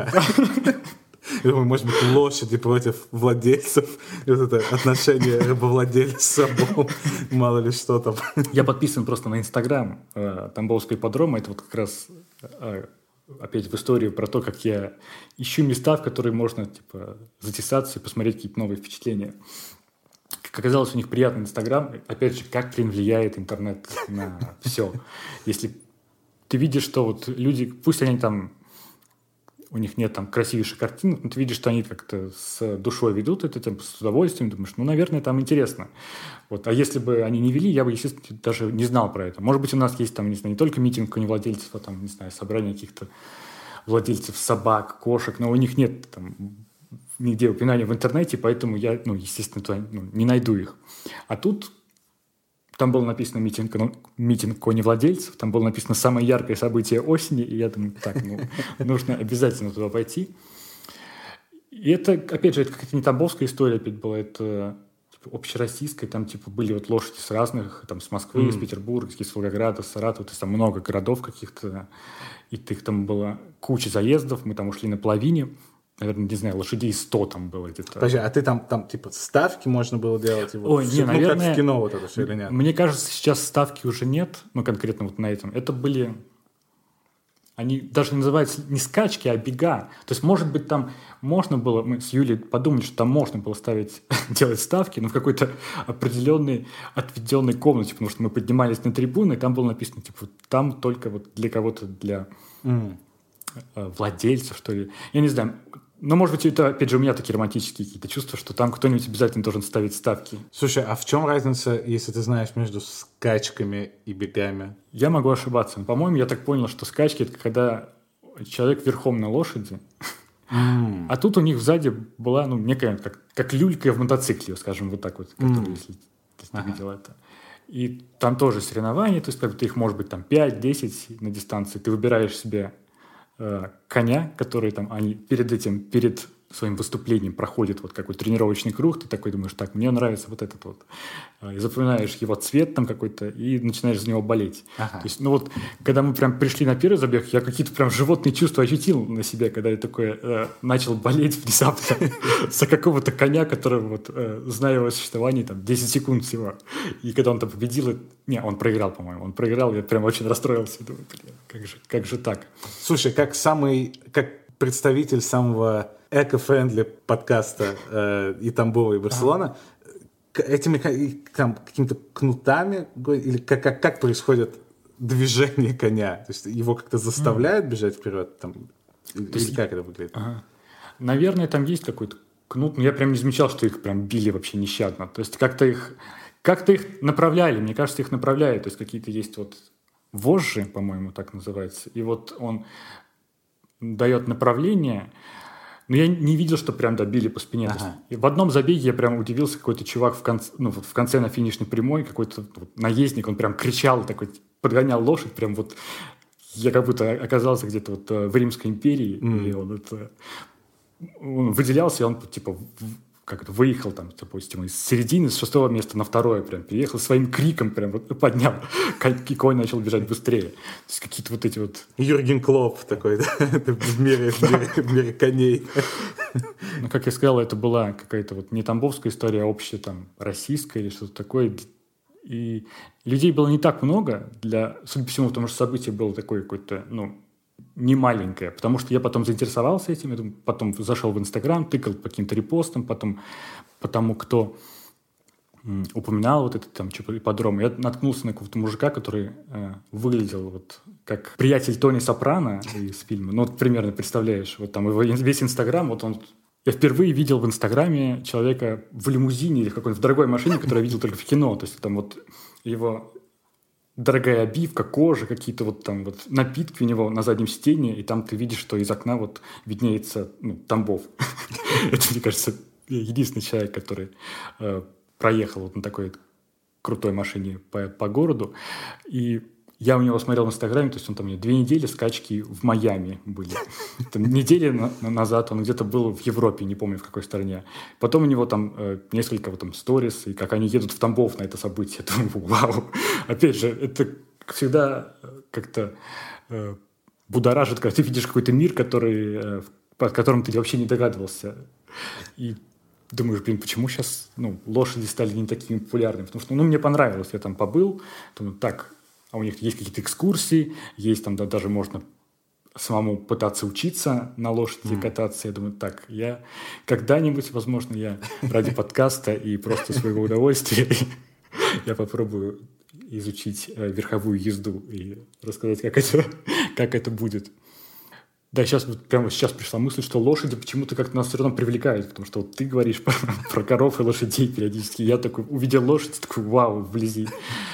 Я думаю, может быть, лошади против владельцев, вот это отношение рабовладельца с собой, мало ли что там. Я подписан просто на Инстаграм Тамбовского ипподрома, это вот как раз... опять в историю про то, как я ищу места, в которые можно типа затесаться и посмотреть какие-то новые впечатления. Как оказалось, у них приятный Инстаграм. Опять же, как, влияет интернет на все. Если ты видишь, что вот люди, пусть они там, у них нет там красивейших картинок, но ты видишь, что они как-то с душой ведут это, там, с удовольствием, думаешь, наверное, там интересно. Вот. А если бы они не вели, я бы, естественно, даже не знал про это. Может быть, у нас есть там, не знаю, не только митинг коневладельцев, а там, не знаю, собрание каких-то владельцев собак, кошек, но у них нет там нигде упоминания в интернете, поэтому я, естественно, туда, не найду их. А тут там было написано митинг коневладельцев, там было написано самое яркое событие осени, и я думаю, нужно обязательно туда пойти. И это, опять же, это какая-то не тамбовская история опять была, это типа, общероссийская, там типа были вот лошади с разных, там с Москвы, из Петербурга, из Волгограда, Саратова, то есть там много городов каких-то, и их там было куча заездов, мы там ушли на половине, наверное, не знаю, лошадей 100 там было где-то. Подожди, а ты там типа ставки можно было делать? И вот Ой, не, наверное, как в кино вот это все или нет? Мне кажется, сейчас ставки уже нет, ну, конкретно вот на этом. Это были... Они даже не называются не скачки, а бега. То есть, может быть, там можно было... Мы с Юлей подумали, что там можно было делать ставки, но в какой-то определенной отведенной комнате, потому что мы поднимались на трибуны, и там было написано, типа, там только вот для кого-то, для владельцев, что ли. Я не знаю. Но, может быть, это, опять же, у меня такие романтические какие-то чувства, что там кто-нибудь обязательно должен ставить ставки. Слушай, а в чем разница, если ты знаешь, между скачками и бегами? Я могу ошибаться. Но, по-моему, я так понял, что скачки – это когда человек верхом на лошади, а тут у них сзади была, ну, некая, как люлька в мотоцикле, скажем, вот так вот, которую, если ты видел это. И там тоже соревнования, то есть как бы их может быть там 5-10 на дистанции. Ты выбираешь себе коня, который там, они перед своим выступлением проходит вот какой-то тренировочный круг, ты такой думаешь, так, мне нравится вот этот вот. И запоминаешь его цвет там какой-то и начинаешь за него болеть. То есть, ну вот, когда мы прям пришли на первый забег, я какие-то прям животные чувства ощутил на себе, когда я такой начал болеть внезапно за какого-то коня, которого вот, знаю его существование, там, 10 секунд всего. И когда он там победил, он проиграл, по-моему, он проиграл, я прям очень расстроился, думаю, блин, как же так? Слушай, как представитель самого эко-френдли подкаста и Тамбова, и Барселона, этими там, какими-то кнутами, или как происходит движение коня? То есть его как-то заставляют бежать вперед? Там, или как это выглядит? Наверное, там есть какой-то кнут, но я прям не замечал, что их прям били вообще нещадно. То есть как-то их направляли, мне кажется, их направляют. То есть какие-то есть вот вожжи, по-моему, так называется, и вот он дает направление. Но я не видел, что прям добили по спине. И в одном забеге я прям удивился, какой-то чувак в конце на финишной прямой, какой-то наездник, он прям кричал, такой, подгонял лошадь, прям вот я как будто оказался где-то вот в Римской империи, и он выделялся, и он типа выехал там, допустим, из середины, с 6-го места на 2-е прям переехал, своим криком прям вот поднял, и конь начал бежать быстрее. То есть какие-то вот эти вот... Юрген Клоп такой, да? в мире коней. Ну, как я сказал, это была какая-то вот не тамбовская история, а общая там российская или что-то такое. И людей было не так много, судя по всему, потому что событие было такое какое-то, не маленькое, потому что я потом заинтересовался этим, я потом зашел в Инстаграм, тыкал по каким-то репостам, потом потому кто упоминал вот этот там ипподром, я наткнулся на какого-то мужика, который выглядел вот как приятель Тони Сопрано из фильма. Ну, вот примерно представляешь, вот там его весь Инстаграм, вот он... Я впервые видел в Инстаграме человека в лимузине или в какой-то дорогой машине, которую я видел только в кино. То есть там вот его дорогая обивка, кожа, какие-то вот там вот напитки у него на заднем сиденье, и там ты видишь, что из окна вот виднеется Тамбов. Это, мне кажется, единственный человек, который проехал вот на такой крутой машине по городу. И я у него смотрел в Инстаграме, то есть он там у меня 2 недели скачки в Майами были. Там, неделю назад он где-то был в Европе, не помню в какой стране. Потом у него там несколько вот там сторис, и как они едут в Тамбов на это событие. Я думаю, вау. Опять же, это всегда как-то будоражит, когда ты видишь какой-то мир, о котором ты вообще не догадывался. И думаешь, блин, почему сейчас лошади стали не такими популярными? Потому что мне понравилось, я там побыл, думаю, так... А у них есть какие-то экскурсии, есть там даже можно самому пытаться учиться на лошади кататься. Я думаю, так, я когда-нибудь, возможно, я ради подкаста и просто своего удовольствия я попробую изучить верховую езду и рассказать, как это будет. Да, прямо сейчас пришла мысль, что лошади почему-то как-то нас все равно привлекают, потому что вот ты говоришь про коров и лошадей периодически. Я такой увидел лошадь, такой, вау, вблизи.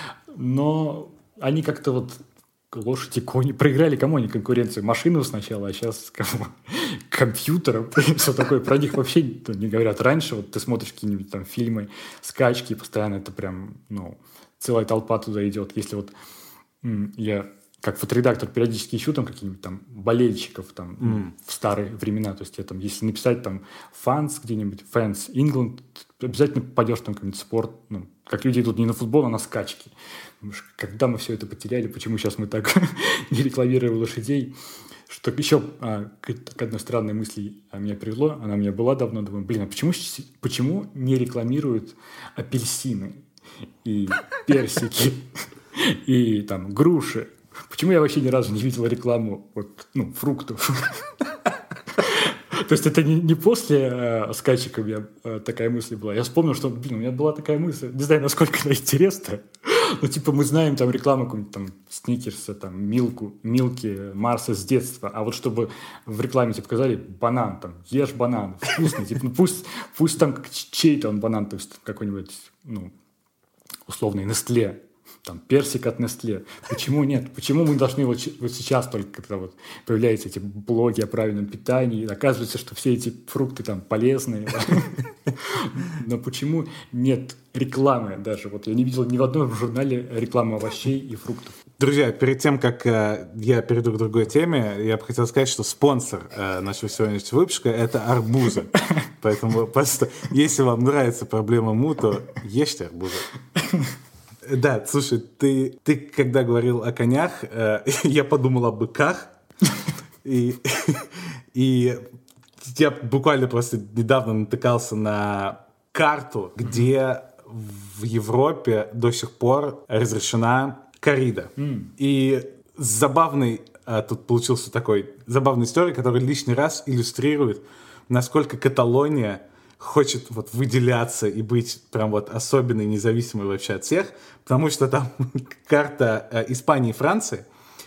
Но они как-то вот лошади, кони проиграли кому они конкуренцию? Машину сначала, а сейчас кому? Компьютером. Все такое. Про них вообще не говорят. Раньше вот ты смотришь какие-нибудь там фильмы, скачки, постоянно это прям, целая толпа туда идет. Если вот я как фоторедактор периодически ищу там каких-нибудь там болельщиков там в старые времена. То есть я там, если написать там fans где-нибудь, fans England, обязательно попадешь там какой-нибудь спорт. Ну, как люди идут не на футбол, а на скачки. Потому что когда мы все это потеряли, почему сейчас мы так не рекламируем лошадей? Что еще к одной странной мысли меня привело, она у меня была давно, думаю, блин, а почему не рекламируют апельсины и персики и там груши? Почему я вообще ни разу не видел рекламу фруктов? То есть это не после скачек у меня такая мысль была. Я вспомнил, что, блин, у меня была такая мысль. Не знаю, насколько она интересна. Ну, типа, мы знаем там рекламу какого-нибудь там Сникерса, там, Милки, Марса с детства. А вот чтобы в рекламе тебе показали банан, там, ешь банан, вкусный. Типа, ну, пусть там чей-то он банан, то есть какой-нибудь, условный Нестле. Там, персик от Nestlé. Почему нет? Почему мы должны вот сейчас только, когда вот появляются эти блоги о правильном питании, и оказывается, что все эти фрукты там полезные. Но почему нет рекламы даже? Вот я не видел ни в одном журнале рекламы овощей и фруктов. Друзья, перед тем, как я перейду к другой теме, я бы хотел сказать, что спонсор нашего сегодняшнего выпуска – это арбузы. Поэтому просто, если вам нравится проблема МУ, то ешьте арбузы. Да, слушай, ты когда говорил о конях, я подумал о быках, и я буквально просто недавно натыкался на карту, где в Европе до сих пор разрешена коррида. И тут получился такой забавная история, которая лишний раз иллюстрирует, насколько Каталония хочет вот выделяться и быть прям вот особенной, независимой вообще от всех, потому что там карта Испании и Франции,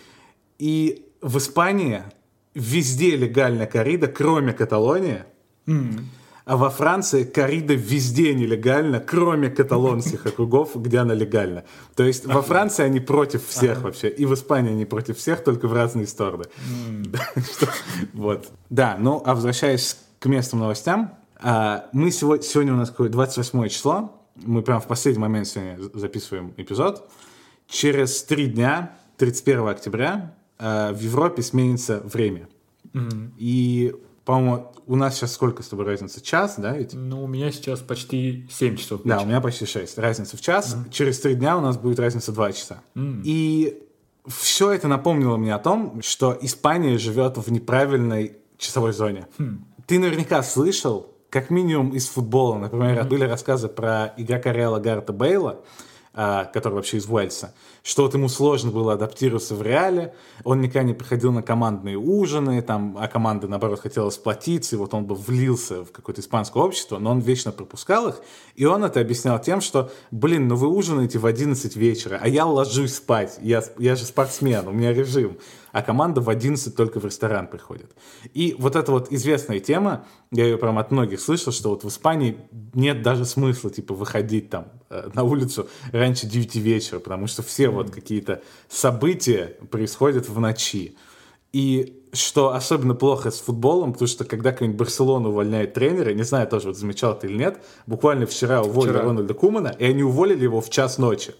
и в Испании везде легальна коррида, кроме Каталонии, а во Франции коррида везде нелегальна, кроме каталонских округов, где она легальна. То есть во Франции они против всех вообще, и в Испании они против всех, только в разные стороны. Вот. Да, а возвращаясь к местным новостям, мы сегодня у нас какое 28 число, мы прямо в последний момент сегодня записываем эпизод. Через 3 дня, 31 октября, в Европе сменится время. И, по-моему, у нас сейчас сколько с тобой разница? Час, да? Ведь? Ну, у меня сейчас почти 7 часов. Да, у меня почти 6. Разница в час. Через 3 дня у нас будет разница 2 часа. И все это напомнило мне о том, что Испания живет в неправильной часовой зоне. Ты наверняка слышал, как минимум из футбола, например, были рассказы про игрока Реала Гарета Бейла, который вообще из Уэльса, что вот ему сложно было адаптироваться в Реале, он никогда не приходил на командные ужины, а команда, наоборот, хотела сплотиться, и вот он бы влился в какое-то испанское общество, но он вечно пропускал их, и он это объяснял тем, что, вы ужинаете в 11 вечера, а я ложусь спать, я же спортсмен, у меня режим, а команда в 11 только в ресторан приходит. И вот эта вот известная тема, я ее прям от многих слышал, что вот в Испании нет даже смысла, выходить там на улицу раньше 9 вечера, потому что все вот какие-то события происходят в ночи. И что особенно плохо с футболом, потому что когда какая-нибудь Барселона увольняет тренера, не знаю, тоже вот замечал ты или нет, буквально вчера уволили Рональда Кумана, и они уволили его в 1:00 ночи.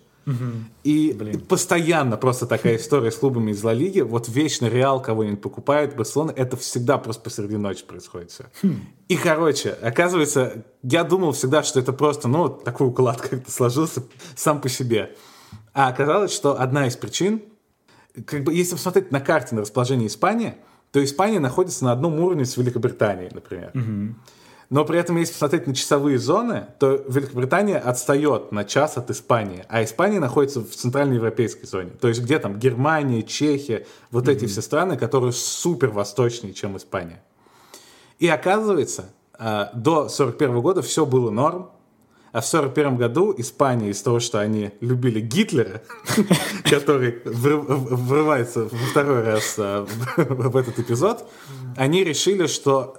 И постоянно просто такая история с клубами из Ла Лиги, вот вечно Реал кого-нибудь покупает, Барселона, это всегда просто посреди ночи происходит все. И, оказывается, я думал всегда, что это просто, такой уклад как-то сложился сам по себе. А оказалось, что одна из причин, если посмотреть на карте на расположение Испании, то Испания находится на одном уровне с Великобританией, например. Но при этом, если посмотреть на часовые зоны, то Великобритания отстает на час от Испании, а Испания находится в центральноевропейской зоне. То есть где там Германия, Чехия, вот эти все страны, которые супер восточнее, чем Испания. И оказывается, до 1941 года все было норм, а в 1941 году Испания из того, что они любили Гитлера, который врывается во второй раз в этот эпизод, они решили, что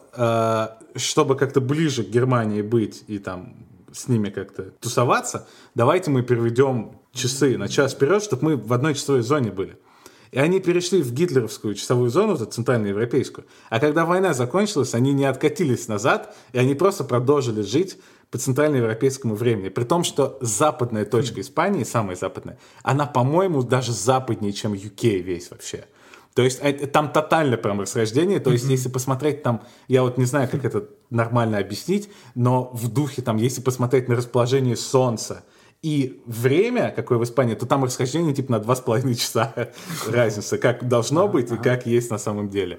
чтобы как-то ближе к Германии быть и там с ними как-то тусоваться, давайте мы переведем часы на час вперед, чтобы мы в одной часовой зоне были. И они перешли в гитлеровскую часовую зону, центральноевропейскую. А когда война закончилась, они не откатились назад, и они просто продолжили жить по центральноевропейскому времени. При том, что западная точка Испании, самая западная, она, по-моему, даже западнее, чем UK весь вообще. То есть там тотальное прям расхождение. То есть если посмотреть там, я вот не знаю, как это нормально объяснить, но в духе там, если посмотреть на расположение Солнца и время, какое в Испании, то там расхождение типа на 2,5 часа разница, как должно быть и как есть на самом деле.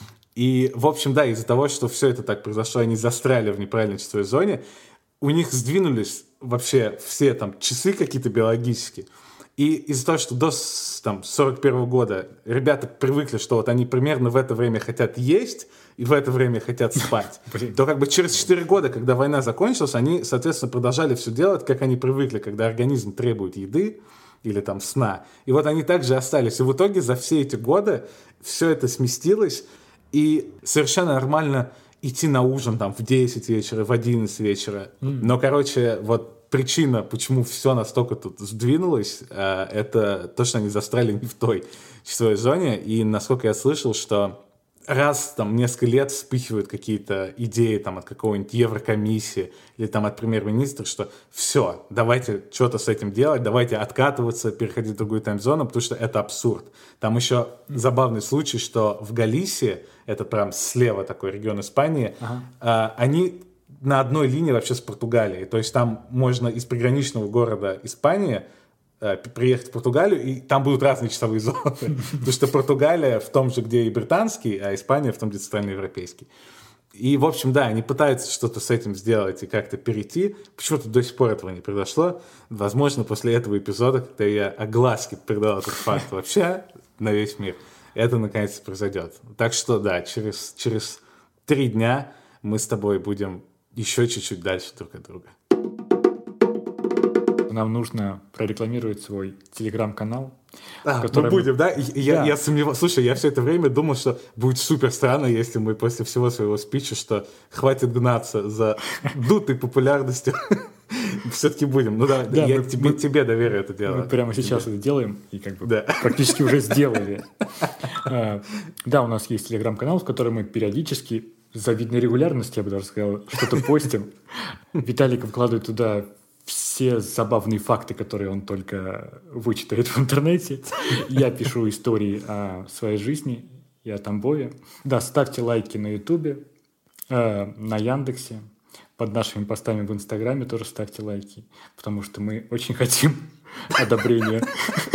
И, в общем, да, из-за того, что все это так произошло, они застряли в неправильной часовой зоне, у них сдвинулись вообще все там часы какие-то биологические. И из-за того, что до там, 41 года ребята привыкли, что вот они примерно в это время хотят есть и в это время хотят спать, то как бы через 4 года, когда война закончилась, они, соответственно, продолжали все делать, как они привыкли, когда организм требует еды или там сна. И вот они также остались. И в итоге за все эти годы все это сместилось, и совершенно нормально идти на ужин там в 10 вечера, в 11 вечера. Но, короче, вот причина, почему все настолько тут сдвинулось, это то, что они застряли не в той часовой зоне. И, насколько я слышал, что раз там несколько лет вспыхивают какие-то идеи там от какого-нибудь Еврокомиссии или там от премьер-министра, что все, давайте что-то с этим делать, давайте откатываться, переходить в другую тайм-зону, потому что это абсурд. Там еще забавный случай, что в Галисии, это прям слева такой регион Испании, они на одной линии вообще с Португалией. То есть там можно из приграничного города Испании приехать в Португалию, и там будут разные часовые зоны. Потому что Португалия в том же, где и британский, а Испания в том, где центральноевропейский. И, в общем, да, они пытаются что-то с этим сделать и как-то перейти. Почему-то до сих пор этого не произошло. Возможно, после этого эпизода, когда я огласке придал этот факт вообще на весь мир, это наконец-то произойдет. Так что, да, через 3 дня мы с тобой будем еще чуть-чуть дальше друг от друга. Нам нужно прорекламировать свой телеграм-канал. Мы будем, да? Я сомневался. Слушай, я все это время думал, что будет супер странно, если мы после всего своего спича, что хватит гнаться за дутой популярностью, все-таки будем. Ну да, я тебе доверю это дело. Мы прямо сейчас это делаем и как бы практически уже сделали. Да, у нас есть телеграм-канал, в котором мы периодически, с завидной регулярностью, я бы даже сказал, что-то постим. Виталик выкладывает туда все забавные факты, которые он только вычитает в интернете. Я пишу истории о своей жизни и о Тамбове. Да, ставьте лайки на Ютубе, на Яндексе. Под нашими постами в Инстаграме тоже ставьте лайки, потому что мы очень хотим одобрения